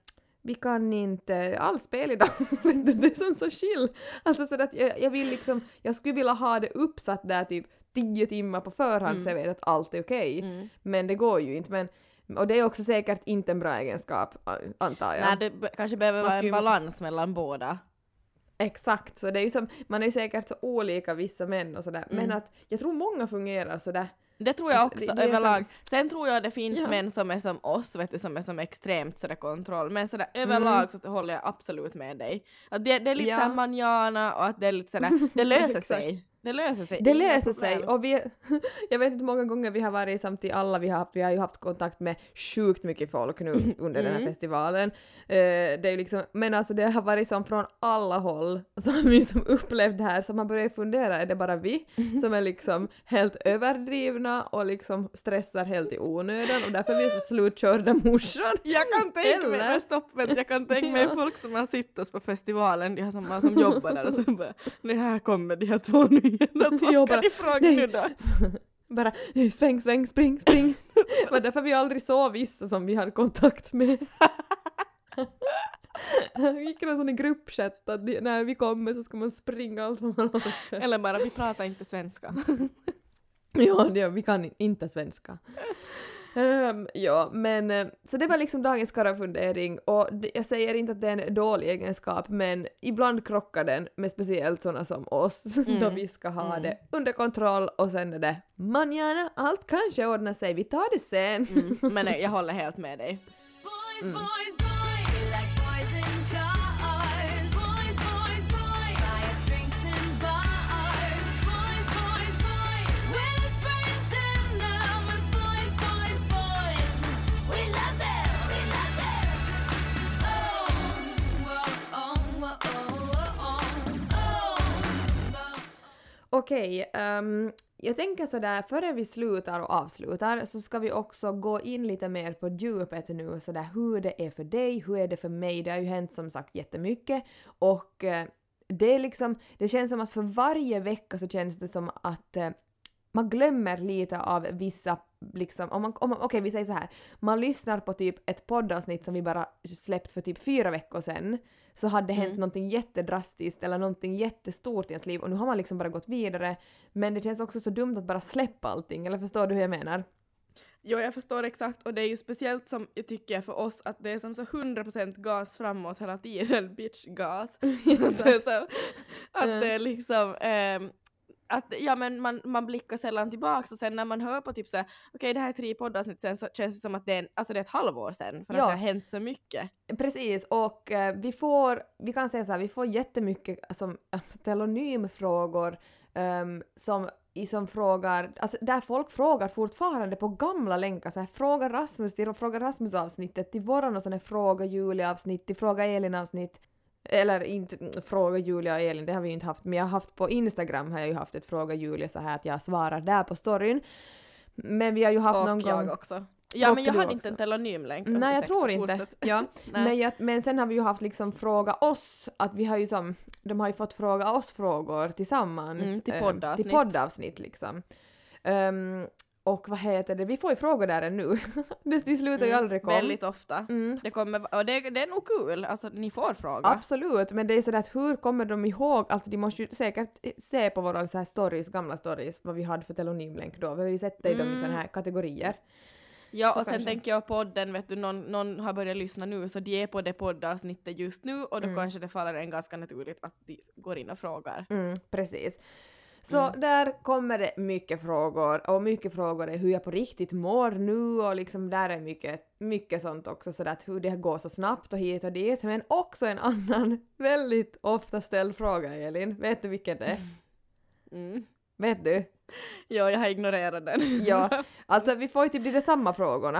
inte alls spela idag. Det är som så chill. Alltså så att jag vill liksom, jag skulle vilja ha det uppsatt där typ 10 timmar på förhand så jag vet att allt är okej. Men det går ju inte. Men, och det är också säkert inte en bra egenskap, antar jag. Nej, det kanske behöver Man vara ska en ju- balans mellan båda. Exakt, så det är ju som, man är ju säkert så olika vissa män och sådär. Men att jag tror många fungerar sådär. Det tror jag Alltså, också det är överlag. som- Sen tror jag det finns män som är som oss, vet du, som är som extremt sådär kontroll. Men sådär överlag så håller jag absolut med dig. Att det är lite Ja. såhär manjana och att det är lite sådär, det löser Exakt. sig. Det löser sig. Det inga löser sig problem. och jag vet inte hur många gånger vi har varit samtidigt alla, vi har ju haft kontakt med sjukt mycket folk nu under den här festivalen. Det är ju liksom, men alltså det har varit som från alla håll som vi som upplevt det här, så man börjar fundera, är det bara vi som är liksom helt överdrivna och liksom stressar helt i onödan och därför är vi så slutkörda morsor? Jag kan tänka mig, Eller? men stopp, jag kan tänka mig folk som har sittat på festivalen, de har som jobbar där och så bara, det här kommer de här två nyheterna, vad Jag ska bara, de fråga nej. nu då? Bara sväng, sväng, spring, spring. Det var därför vi aldrig såg vissa som vi hade kontakt med. Vi gick någon sån i gruppchatt att när vi kommer så ska man springa allt som man orkar. Eller bara, vi pratar inte svenska. Ja, vi kan inte svenska. Ja, men så det var liksom dagens karafundering och jag säger inte att det är en dålig egenskap, men ibland krockar den med speciellt sådana som oss då vi ska ha det under kontroll och sen är det manjana, allt kanske ordnar sig, vi tar det sen. Men jag håller helt med dig. Boys, boys, boys, we like boys in cars. Boys, boys, boys, buy us drinks in bars. Boys, boys, boys, we're the friends and now we're boys, boys, boys. We love them, we love them. Oh, whoa, oh, whoa, oh, oh, oh. Okej, jag tänker sådär, före vi slutar och avslutar så ska vi också gå in lite mer på djupet nu, sådär hur det är för dig, hur är det för mig, det har ju hänt som sagt jättemycket och det är liksom, det känns som att för varje vecka så känns det som att man glömmer lite av vissa liksom, okej, vi säger så här, man lyssnar på typ ett poddavsnitt som vi bara släppt för typ 4 veckor sedan, så hade det hänt någonting jättedrastiskt eller någonting jättestort i ens liv och nu har man liksom bara gått vidare, men det känns också så dumt att bara släppa allting, eller förstår du hur jag menar? Jo, jag förstår exakt, och det är ju speciellt som jag tycker för oss att det är som så 100% gas framåt hela tiden, bitch gas. Så, att det är liksom att ja, men man blickar sällan tillbaka och sen när man hör på typ så okej, det här är 3 poddavsnitt sen, så känns det som att det är, alltså det är ett halvår sen för att det har hänt så mycket. Precis, och vi kan säga så här, vi får jättemycket alltså telonymfrågor som frågar, alltså där folk frågar fortfarande på gamla länkar, så här fråga Rasmus till Fråga Rasmus avsnittet, till våran och sån här Fråga Julia avsnitt, till Fråga Elin avsnitt. Eller inte Fråga Julia och Elin, det har vi ju inte haft, men jag har haft på Instagram har jag ju haft ett Fråga Julia så här att jag svarar där på storyn. Men vi har ju haft och någon jag gång också. Ja, och men jag du hade också. inte en telonymlänk. Nej, jag tror inte. Fortsätt. Ja. Nej. Men sen har vi ju haft liksom Fråga oss, att vi har ju som, de har ju fått Fråga oss frågor tillsammans. Till poddavsnitt. Till poddavsnitt liksom. Och vad heter det, vi får ju frågor där ännu. Det slutar ju aldrig komma. Väldigt ofta. Det kommer, och det är nog kul, alltså ni får fråga. Absolut, men det är sådär att hur kommer de ihåg, alltså de måste ju säkert se på våra så här stories, gamla stories, vad vi hade för telonymlänk då, vi sätter dem i sådana här kategorier. Ja, Så och sen kanske. tänker jag podden, vet du, någon har börjat lyssna nu, så de är på det poddavsnittet just nu, och då kanske det faller en ganska naturligt att de går in och frågar. Precis. Så där kommer det mycket frågor, och mycket frågor är hur jag på riktigt mår nu, och liksom där är mycket sånt också, så att hur det går så snabbt och hit och dit, men också en annan väldigt ofta ställd fråga, Elin. Vet du vilken det är? Vet du? Ja, jag har ignorerat den. Ja, alltså vi får ju typ de samma frågorna.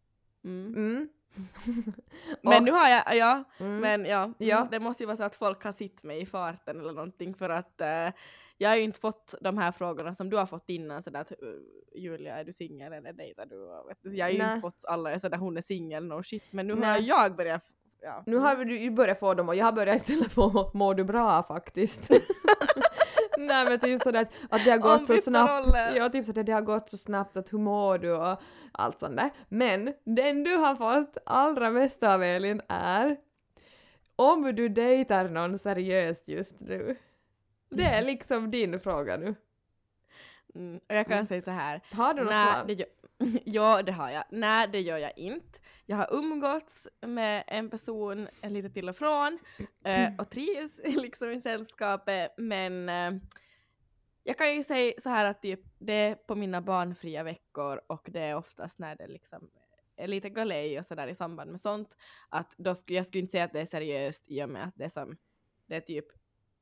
Men nu har jag, men Ja. det måste ju vara så att folk har sett mig i farten eller någonting, för att jag har ju inte fått de här frågorna som du har fått innan, sådär att Julia, är du singel eller dejtar du? Och, vet du, så jag har ju inte fått alla sådär, hon är singel, no shit, men nu har jag börjat, Nu har du ju börjat få dem, och jag har börjat istället få mår du bra faktiskt. Nej, men typ sådär att det har gått så snabbt. Ja, typ sådär det har gått så snabbt, att hur mår du och allt sånt där. Men den du har fått allra mest av, Elin, är om du dejtar någon seriöst just nu. Det är liksom din fråga nu. Och jag kan säga så här. Har du något svar? Ja, det har jag. Nej, det gör jag inte. Jag har umgåtts med en person lite till och från och trivs liksom i sällskapet, men jag kan ju säga så här att typ, det är på mina barnfria veckor, och det är oftast när det liksom är lite galej och sådär i samband med sånt, att då jag skulle inte säga att det är seriöst, i och med att det är typ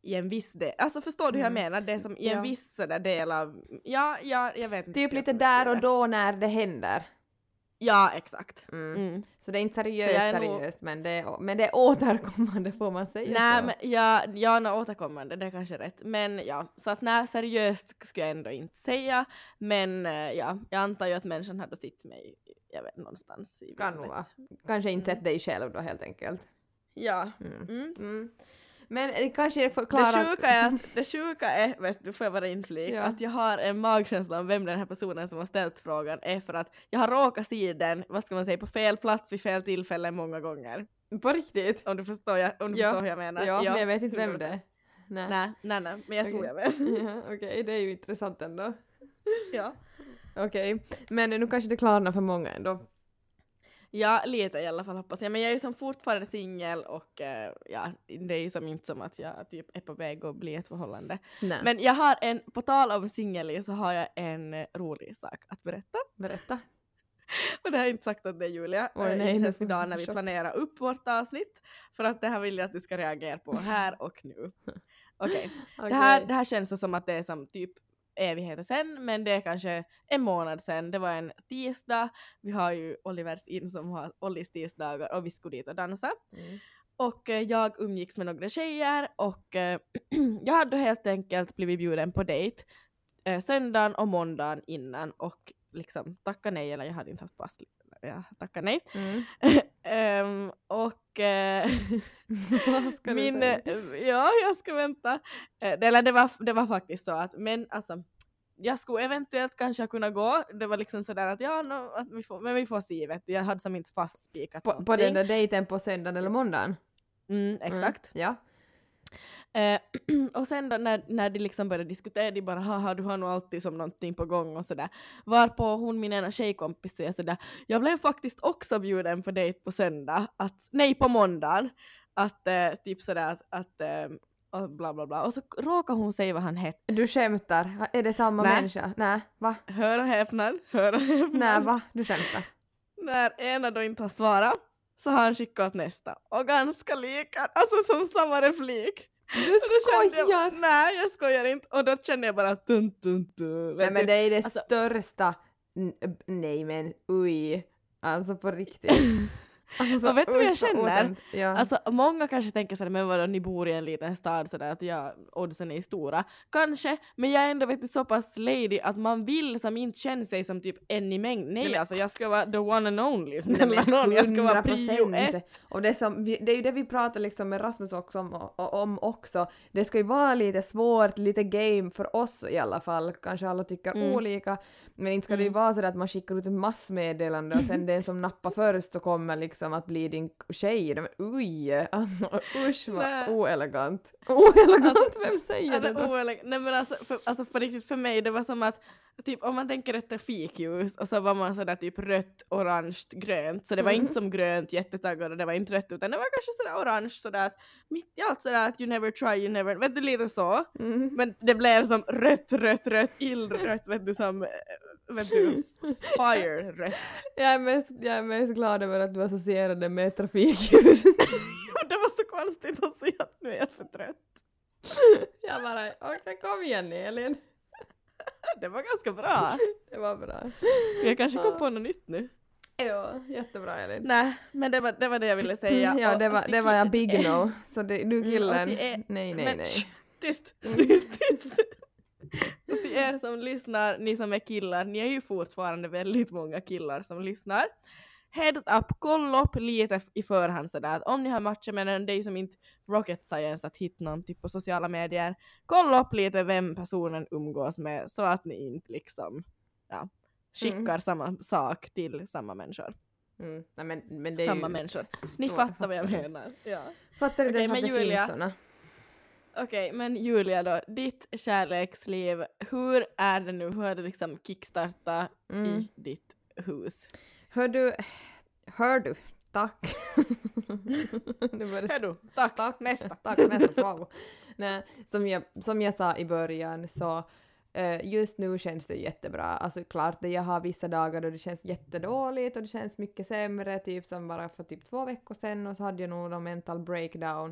i en viss del. Alltså förstår du hur jag menar? Det är som i en viss sådär del av... Ja, jag vet inte. Typ hur jag lite ska där beskriva och det. då när det händer. Ja, exakt. Så det är inte Så jag är seriöst, men det är återkommande får man säga Nej, så. men när återkommande, det är kanske rätt. Men ja, så att när seriöst skulle jag ändå inte säga. Men ja, jag antar ju att människan hade sitt mig, jag vet, någonstans i Kan nog rummet. vara. Kanske inte sett dig själv då helt enkelt. Ja. Men det kanske förklarar... Det sjuka är, vet du, får jag bara inflika, att jag har en magkänsla om vem den här personen som har ställt frågan är, för att jag har råkat se den, vad ska man säga, på fel plats vid fel tillfälle många gånger. På riktigt? Om du förstår hur jag menar. Ja, men jag vet inte vem det är. Nej, men jag tror jag vet. Ja, okej, det är ju intressant ändå. Ja. Okej, men nu kanske det klarnar för många ändå. Ja, lite i alla fall hoppas jag. Men jag är ju som fortfarande singel och ja, det är ju som inte som att jag typ är på väg att bli ett förhållande. Nej. Men jag har på tal om singel så har jag en rolig sak att berätta. Berätta. Och det har jag inte sagt att det är Julia. Oj, nej, inte nu ens får idag jag när vi chock. planerar upp vårt avsnitt. För att det här vill jag att du ska reagera på här och nu. Okej. Det här känns så som att det är som typ evigheter sen, men det är kanske en månad sen. Det var en tisdag. Vi har ju Olivers in som har Ollis tisdagar och vi skulle dit och dansa. Och jag umgicks med några tjejer och jag hade helt enkelt blivit bjuden på dejt söndagen och måndagen innan och liksom tacka nej, eller jag hade inte haft pass. Jag tackade nej. Och Vad ska du säga? ja, jag ska vänta. Det var faktiskt så att, men alltså jag skulle eventuellt kanske kunna gå. Det var liksom sådär att att vi får se, vet du. Jag hade som inte fast spikat På den där dejten på söndagen eller måndagen? Exakt. Ja. Och sen då när de liksom började diskutera, de bara haha, du har nog alltid som någonting på gång och sådär. Varpå hon, min ena tjejkompis, säger sådär, jag blev faktiskt också bjuden på dejt på söndag, på måndagen, att typ sådär att och bla bla bla. Och så råkar hon säga vad han hette. Du skämtar. Är det samma Nej. människa? Nej, va? Hör och häpnad. Nej, va? Du skämtar. När ena då inte har svarat så har han skickat åt nästa. Och ganska lika, alltså som samma replik. Du skojar! Nej, jag skojar inte. Och då kände jag bara tun. Nej, men det är det Alltså- största... Nej, men oj. Alltså på riktigt. Alltså, Och vet du vad jag usch, vad känner? otänt. Ja. Alltså många kanske tänker sådär, men vadå, ni bor i en liten stad sådär att oddsen är stora. Kanske, men jag är ändå vet du så pass lady att man vill som inte känna sig som typ en i mängd. Nej, men- alltså jag ska vara the one and only. Nej, Snälla men nån, jag ska vara prio 100%. 1. Och det är ju det vi pratar liksom med Rasmus också om också. Det ska ju vara lite svårt, lite game för oss i alla fall. Kanske alla tycker olika. Men inte ska det ju vara så att man skickar ut ett massmeddelande och sen den som nappar först så kommer liksom att bli din tjej. Men oj! Alltså, usch vad Nej. oelegant. Oelegant? Vem säger det då? Nej men alltså på riktigt för mig det var som att typ om man tänker ett trafikljus och så var man sådär typ rött, orange, grönt. Så det var inte som grönt jättetaggad och det var inte rött utan det var kanske sådär orange sådär att mitt i allt sådär att you never try, you never, vet du lite så. Men det blev som rött, illrött, vet du som, vet du, fire rött. Jag är mest glad över att du associerade med ett trafikljus. Det var så konstigt att säga att nu är jag för trött. Jag bara, okej, kom igen Elin. Det var ganska bra. Det var bra. Jag kanske kom på något nytt nu. Ja, jättebra Elin. Nej, men det var det jag ville säga. Ja, Och det var jag big no. Så du killen, och det är- nej. Men tyst! Och till er som lyssnar, ni som är killar, ni är ju fortfarande väldigt många killar som lyssnar. Heads up, kolla upp lite i förhand sådär att om ni har matchat med en, det är som inte rocket science att hitta någon typ på sociala medier. Kolla upp lite vem personen umgås med så att ni inte liksom skickar samma sak till samma människor. Nej, men det är Samma ju... människor. Ni Förstår, fattar vad jag menar. Ja. Fattar inte Okej, ens att men det Julia- finns såna. Okej, men Julia då, ditt kärleksliv, hur är det nu? Hur har det liksom kickstartat i ditt hus? Hör du, tack. Nu börjar- Hör du, tack, nästa. Tack, nästa fråga. Nej, som jag sa i början så just nu känns det jättebra. Alltså klart jag har vissa dagar då det känns jättedåligt och det känns mycket sämre, typ som bara för typ 2 veckor sedan och så hade jag nog någon mental breakdown.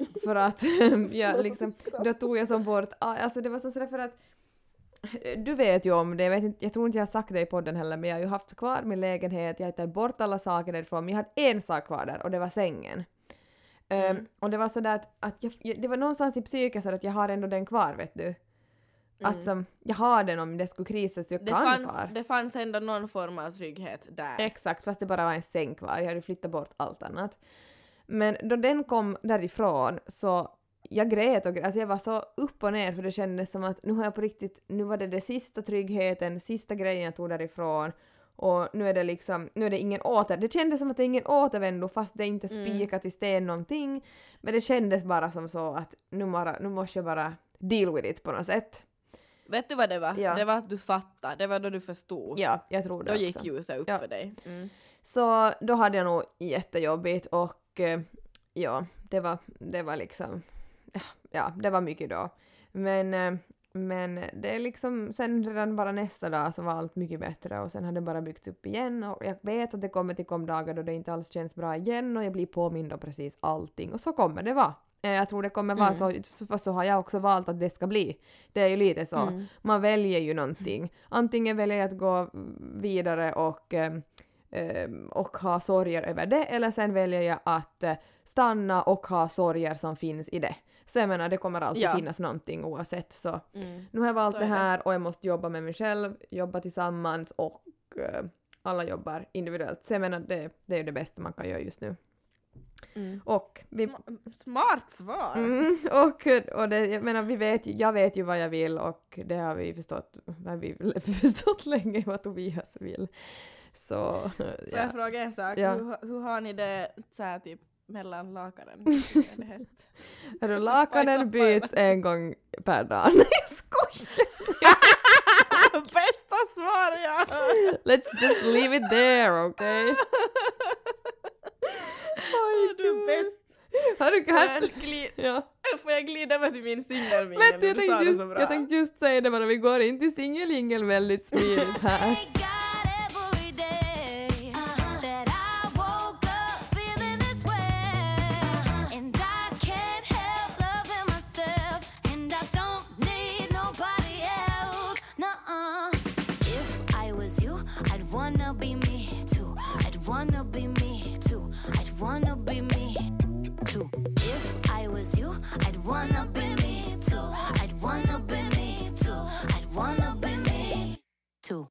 För att jag liksom, då tog jag som bort, alltså det var så sådär för att du vet ju om det, jag tror inte jag har sagt det i podden heller, men jag har ju haft kvar min lägenhet, jag har tagit bort alla saker därifrån, men jag hade en sak kvar där och det var sängen. Och det var sådär att det var någonstans i psyket så att jag har ändå den kvar, vet du. Att som, jag har den om det skulle krisa så jag kan kvar. Det fanns ändå någon form av trygghet där. Exakt, fast det bara var en säng kvar, jag hade flyttat bort allt annat. Men då den kom därifrån så jag grät och alltså jag var så upp och ner för det kändes som att nu har jag på riktigt, nu var det sista tryggheten, sista grejen jag tog därifrån och nu är det liksom, nu är det ingen det kändes som att det är ingen återvändo fast det är inte spikat i sten någonting, men det kändes bara som så att nu måste jag bara deal with it på något sätt. Vet du vad det var? Ja. Det var att du fattade, det var då du förstod. Ja, jag tror det Då också. gick ljuset upp för dig. Så då hade jag nog jättejobbigt och ja, det var liksom, ja, det var mycket då. Men det är liksom, sen redan bara nästa dag så var allt mycket bättre och sen hade det bara byggts upp igen och jag vet att det kommer till dagar då det inte alls känns bra igen och jag blir påmind om precis allting och så kommer det vara. Jag tror det kommer vara så har jag också valt att det ska bli. Det är ju lite så. Man väljer ju någonting. Antingen väljer jag att gå vidare och ha sorger över det eller sen väljer jag att stanna och ha sorger som finns i det. Så jag menar, det kommer alltid finnas någonting oavsett. Så nu har jag valt det här och jag måste jobba med mig själv, jobba tillsammans och alla jobbar individuellt. Så jag menar, det är ju det bästa man kan göra just nu. Och Smart svar! Och det, jag menar, jag vet ju vad jag vill och det har vi förstått länge vad Tobias vill. Så, Får jag fråga en sak? Ja. Hur har ni det så här, typ mellan lakanen? Lakanen byts en gång per dag. Nej, jag skojar! Bästa svar jag Let's just leave it there, okay? Du är bäst. Har du Får jag glida över till min singelmingel? Men jag tänkte just säga det bara, vi går in till singelingel väldigt smidigt här. Thank God every day that I woke up feeling this way. And I can't help loving myself. And I don't need nobody else. Nuh-uh. If I was you, I'd wanna be me too. I'd wanna be me too. I'd wanna be me too. If I was you, I'd wanna be me too. I'd wanna be me too. I'd wanna be me too.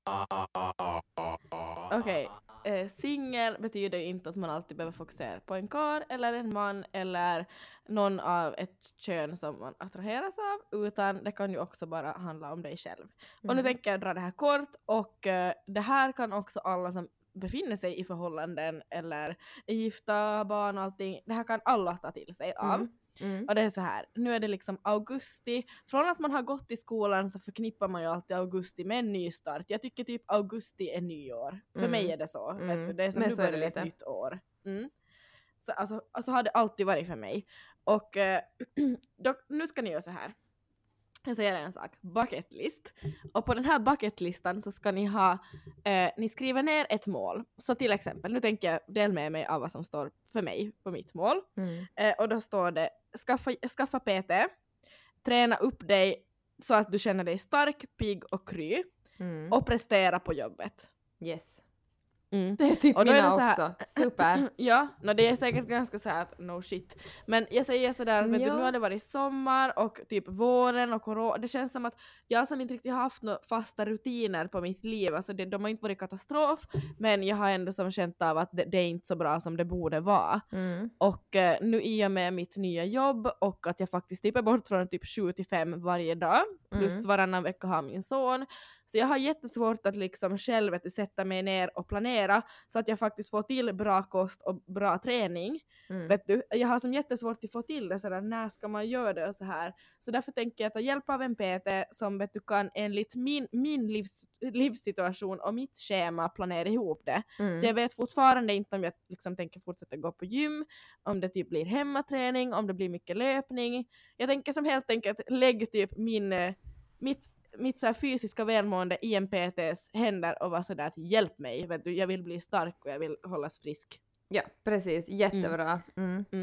Okej, singel betyder ju inte att man alltid behöver fokusera på en karl eller en man eller någon av ett kön som man attraheras av, utan det kan ju också bara handla om dig själv. Och nu tänker jag dra det här kort och det här kan också alla som befinner sig i förhållanden eller är gifta, barn och allting, det här kan alla ta till sig av. Och det är så här, nu är det liksom augusti. Från att man har gått i skolan så förknippar man ju alltid augusti med en ny start. Jag tycker typ augusti är nyår. För mig är det så. Vet du? Det är som nu börjar ett nytt år. Så alltså har det alltid varit för mig. Och nu ska ni göra så här. Jag säger en sak, bucketlist. Och på den här bucketlistan så ska ni ha, ni skriver ner ett mål. Så till exempel, nu tänker jag dela med mig av vad som står för mig på mitt mål. Och då står det, skaffa PT, träna upp dig så att du känner dig stark, pigg och kry. Och prestera på jobbet. Yes. Mm. Det är typ Och då är mina det så här, också. Super. Ja, det är säkert ganska så här att no shit. Men jag säger sådär, vet du, nu har det varit sommar och typ våren och corona. Det känns som att jag som inte riktigt haft några fasta rutiner på mitt liv. Alltså de har inte varit katastrof, men jag har ändå som känt av att det är inte så bra som det borde vara. Och nu i och med mitt nya jobb och att jag faktiskt typ är bort från typ 7-5 varje dag. Plus varannan vecka har min son. Så jag har jättesvårt att liksom själv sätta mig ner och planera så att jag faktiskt får till bra kost och bra träning. Vet du? Jag har som jättesvårt att få till det sådär, när ska man göra det och så här. Så därför tänker jag ta hjälp av en PT som vet du kan enligt min livssituation och mitt schema planera ihop det. Så jag vet fortfarande inte om jag liksom tänker fortsätta gå på gym, om det typ blir hemmaträning, om det blir mycket löpning. Jag tänker som helt enkelt lägg typ mitt så här fysiska välmående i en PTs händer och vara sådär att hjälp mig, vet du, jag vill bli stark och jag vill hållas frisk. Ja, precis. Jättebra.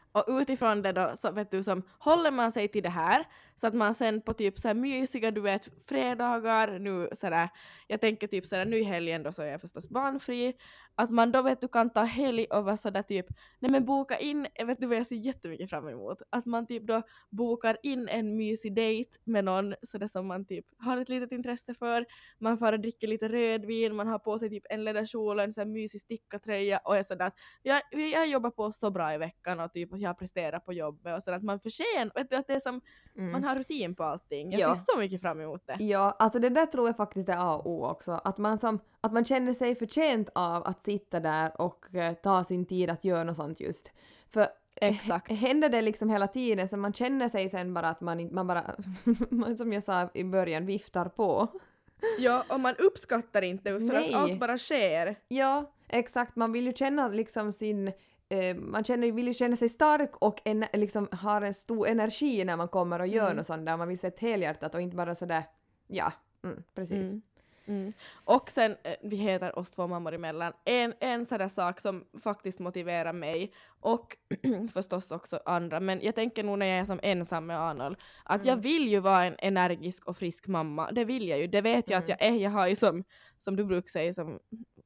Och utifrån det då, så vet du, som håller man sig till det här, så att man sen på typ så här mysiga, du vet, fredagar, nu sådär, jag tänker typ sådär, nu i helgen då så är jag förstås barnfri, att man då vet du kan ta helg och vara sådär typ, nej men boka in, jag vet du vad jag ser jättemycket fram emot, att man typ då bokar in en mysig dejt med någon sådär som man typ har ett litet intresse för, man får dricka lite rödvin, man har på sig typ en ledarkjol, en sån här mysig stickatröja och är sådär att jag jobbar på så bra i veckan och typ jag presterar på jobbet och sådär att man förtjänar, vet du, att det är som man har rutin på allting. Jag ser så mycket fram emot det. Ja, alltså det där tror jag faktiskt är A och O också. Att man känner sig förtjänt av att sitta där och ta sin tid att göra något sånt just. För Exakt. händer det liksom hela tiden så man känner sig sen bara att man bara, som jag sa i början, viftar på. Ja, och man uppskattar inte för Nej. att allt bara sker. Ja, exakt. Man vill ju känna liksom sin... vill ju känna sig stark och liksom har en stor energi när man kommer och gör något sånt där. Man vill se ett helhjärtat och inte bara sådär... Ja, precis. Och sen, vi heter oss två mammor emellan, en sån där sak som faktiskt motiverar mig och förstås också andra, men jag tänker nog när jag är som ensam med Arnold att jag vill ju vara en energisk och frisk mamma, det vill jag ju, det vet jag att jag är, jag har ju som du brukar säga som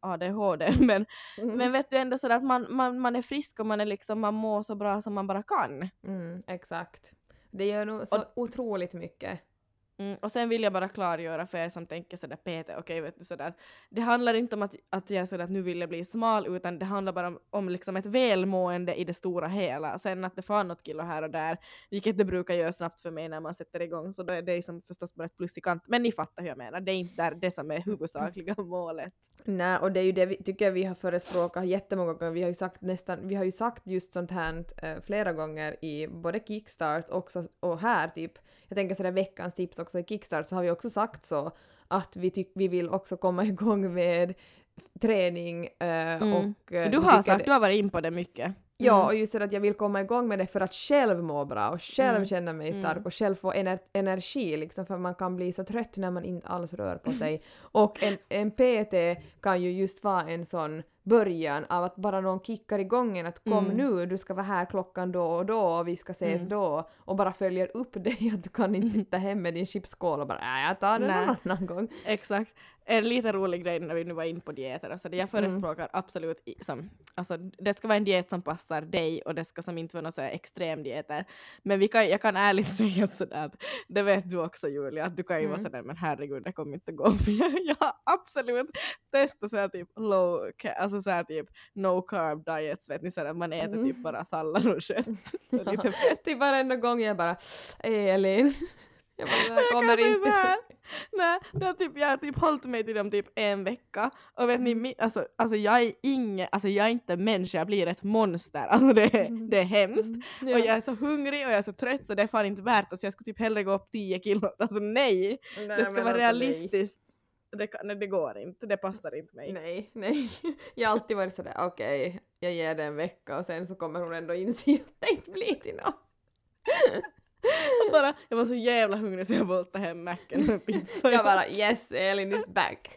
ADHD, men vet du ändå sådär att man är frisk och man är liksom, man mår så bra som man bara kan. Exakt. Det gör nog så otroligt mycket. Och sen vill jag bara klargöra för er som tänker sådär Peter, okej, vet du sådär, det handlar inte om att jag sådär att nu vill jag bli smal, utan det handlar bara om liksom ett välmående i det stora hela. Sen att det får något kilo här och där, vilket det brukar göra snabbt för mig när man sätter igång, så då är det som förstås bara ett plus i kant. Men ni fattar hur jag menar, det är inte där det som är huvudsakliga målet. Nej, och det är ju det tycker jag vi har förespråkat jättemånga gånger. Vi har ju sagt just sånt här flera gånger i både Kickstart också, och här typ. Jag tänker sådär veckans tips också i Kickstart, så har vi också sagt så att vi vill också komma igång med träning och... Du har varit in på det mycket. Ja, och just det att jag vill komma igång med det för att själv må bra och själv känna mig stark och själv få energi liksom, för man kan bli så trött när man inte alls rör på sig. Och en PT kan ju just vara en sån början av att bara någon kickar igång en att kom nu, du ska vara här klockan då och vi ska ses då, och bara följer upp dig att du kan inte sitta hem med din chipskål och bara jag tar den någon annan gång. Exakt. En lite rolig grej när vi nu var in på dieter, alltså det jag förespråkar absolut alltså det ska vara en diet som passar dig och det ska som inte vara några så här extrem dieter, men jag kan ärligt säga sådär att det vet du också Julia, att du kan ju vara sådär, men herregud det kommer inte gå, för jag har absolut testat såhär typ alltså såhär typ no carb diets, vet ni, såhär man äter typ bara sallad och kött och lite fett. Typ varenda gång jag bara Elin jag kommer inte. Nej, jag har typ hållit mig till dem typ en vecka. Och vet ni, alltså jag är inte människa, jag blir ett monster. Alltså det är hemskt. Och jag är så hungrig och jag är så trött så det är fan inte värt. Alltså jag skulle typ hellre gå upp 10 kilo. Alltså nej det ska vara realistiskt. Det går inte, det passar inte mig. Nej. Jag har alltid varit sådär, okej, jag ger det en vecka och sen så kommer hon ändå inse att det inte blir till något. Jag var så jävla hungrig så jag voltade hem macken med pizza. Jag bara yes, Elin is back.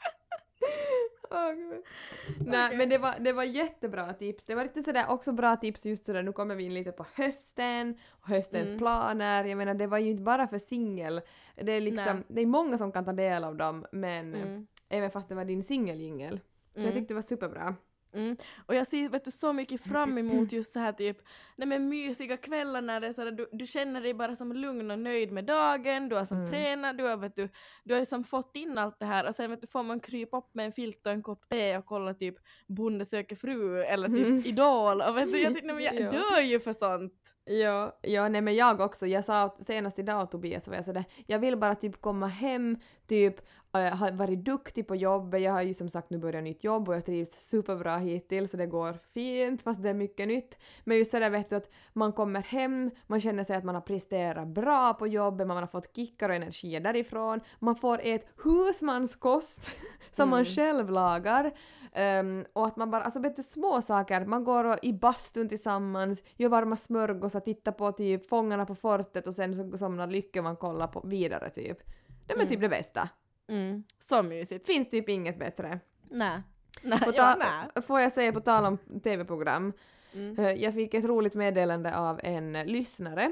Nej, men det var jättebra tips. Det var lite sådär också bra tips just sådär, nu kommer vi in lite på hösten och höstens planer. Jag menar det var ju inte bara för singel. Det är liksom, det är många som kan ta del av dem, men även fast det var din singeljingel. Så jag tyckte det var superbra. Och jag ser vet du, så mycket fram emot just så här typ mysiga kvällar när det är så här, du känner dig bara som lugn och nöjd med dagen, du har som tränat, du har som fått in allt det här och sen vet du, får man krypa upp med en filt och en kopp te och kolla typ Bonde söker fru eller typ Idol och vet du, jag tycker jag dör ju för sånt. Ja, nej men jag också. Jag sa senast idag Tobias var jag sådär, jag vill bara typ komma hem, typ har varit duktig på jobbet. Jag har ju som sagt nu börjat nytt jobb och jag trivs superbra hittills så det går fint fast det är mycket nytt. Men just sådär vet du att man kommer hem, man känner sig att man har presterat bra på jobbet, man har fått kickar och energier därifrån. Man får ett husmanskost som man själv lagar. Och att man bara, alltså vet du, små saker, man går i bastun tillsammans, gör varma smörgåsar, tittar på typ Fångarna på fortet och sen så somnar Lycka man kollar på vidare typ. Det är typ det bästa. Så mysigt. Finns typ inget bättre. Nej. Får jag säga på tal om tv-program, Jag fick ett roligt meddelande av en lyssnare.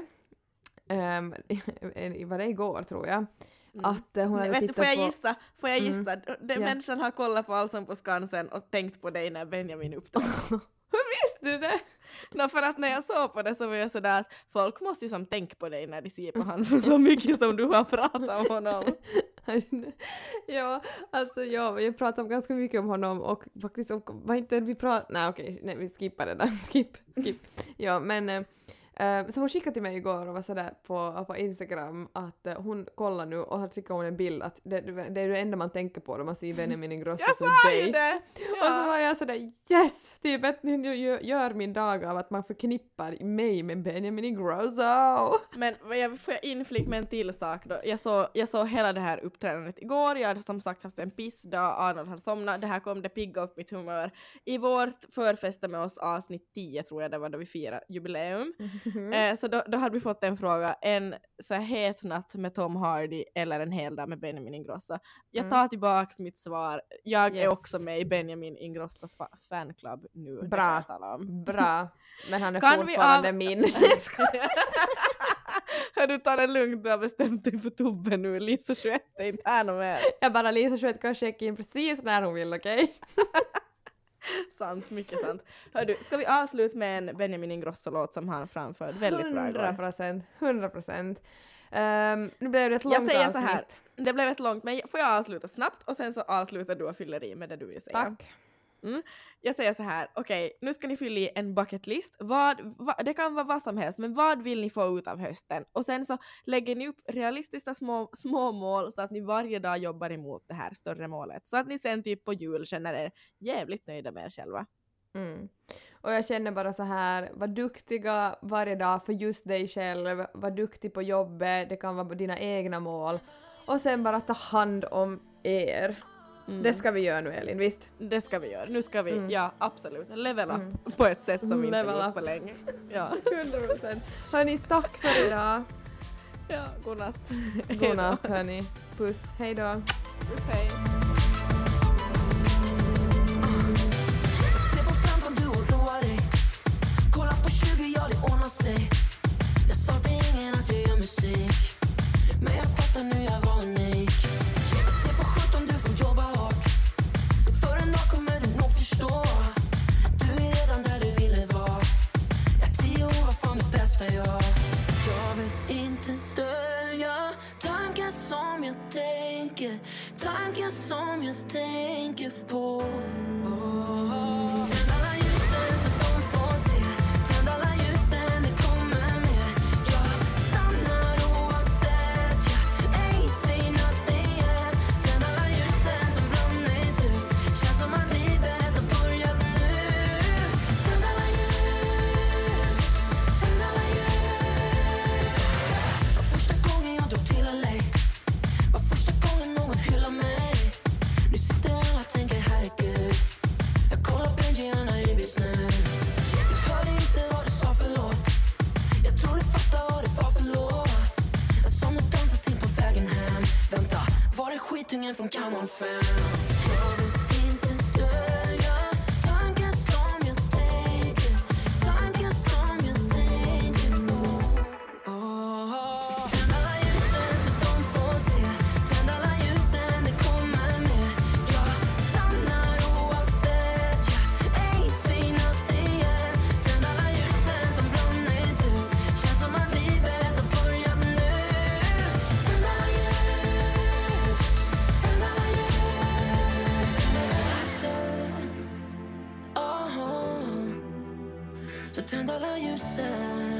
Var det igår tror jag. Att hon hade Vet du, tittat får jag på... gissa? Får jag gissa? Den Ja. människan har kollat på Allsång på Skansen och tänkt på dig när Benjamin uppträdde. Hur visste du det? För att när jag såg på det så var jag sådär att folk måste ju som tänka på dig när de ser på honom för så mycket som du har pratat om honom. Ja, alltså jag pratade ganska mycket om honom och faktiskt var inte vi pratade... Nej, vi skippar det där. Skip. Ja, men... så hon skickade till mig igår och var sådär på Instagram att hon kollar nu och har skickat hon en bild att det är det enda man tänker på när man ser Benjamin Ingrosso Jag som sa dig. ju det! Och så var jag sådär yes! Typ att nu gör min dag av att man förknippar mig med Benjamin Ingrosso. Men får jag inflika med en till sak då? Jag såg hela det här uppträdandet igår. Jag hade som sagt haft en pissdag. Arnold hade somnat. Det här kom det pigga upp mitt humör. I vårt förfesta med oss avsnitt 10 tror jag det var då vi firade jubileum. Så då hade vi fått en fråga. En så här het natt med Tom Hardy eller en hel dag med Benjamin Ingrosso. Jag tar tillbaks mitt svar. Jag är också med i Benjamin Ingrosso fanclub nu. Bra. Bra. Men han är fortfarande min. Du tar det lugnt, du har bestämt dig för Tobbe nu. Lisa 21 är inte här någon mer. Jag bara Lisa 21 kan checka in precis när hon vill, okej? Sant, mycket sant. Hördu, ska vi avsluta med en Benjamin Ingrosso-låt som han framförde väldigt bra igår? 100%. Nu blev det ett långt Jag säger avsnitt. så här, det blev ett långt, men får jag avsluta snabbt och sen så avslutar du och fyller i med det du vill säga. Tack. Jag säger så här, okej, nu ska ni fylla i en bucket list. Det kan vara vad som helst, men vad vill ni få ut av hösten? Och sen så lägger ni upp realistiska små mål så att ni varje dag jobbar emot det här större målet. Så att ni sen typ på jul känner er jävligt nöjda med er själva. Och jag känner bara så här, var duktiga varje dag för just dig själv, var duktig på jobbet, det kan vara dina egna mål. Och sen bara ta hand om er. Det ska vi göra nu, Elin, visst? Det ska vi göra. Nu ska vi, ja absolut, level up på ett sätt som vi inte gjort på länge. Ja. 100%. Hörni, tack för idag. Ja, godnatt. Godnatt, hörni. Puss, hej då. Puss, hej. Se på 15, du och roa dig. Kolla på 20, ja det ordnar sig. Jag sa till ingen att jag gör musik, men jag fattar nu jag var unik. Jag ser på 17, du får jobba hårt. För en dag kommer du nog förstå. Du är redan där du ville vara. Jag 10 år var fan mitt bästa jag. Jag vill inte dölja tankar som jag tänker. Tankar som jag tänker på. Tänd alla ljusen så de får se. Tänd alla ljusen, det kommer mer. Jag stannar oavsett. Jag ain't seen nothing yet. Tänd alla ljusen som brunnit ut. Känns som att livet har börjat nu. Tänd alla ljus. Tänd alla ljus. Var första gången jag drog till LA. Var första gången någon hyllar mig. Nu sitter alla och tänker herregud. Jag kollar Benji, han har ibis nu. Du hörde inte vad du sa, förlåt. Jag tror du fattar vad det var för låt. Jag som du dansar till på vägen hem. Vänta, var det skitungen från Kanal 5? Jag vill inte dölja tankar som jag tänker. Tankar som jag tänker på. Tänd alla ljusen så de får se. Tänd alla ljusen, det kommer mer. Jag stannar oavsett. Jag ain't seen nothing yet. Tänd alla ljusen som brunnit ut. Känns som att livet har börjat nu. Tänd alla ljus. Tänd alla ljus. Så tänd alla ljusen.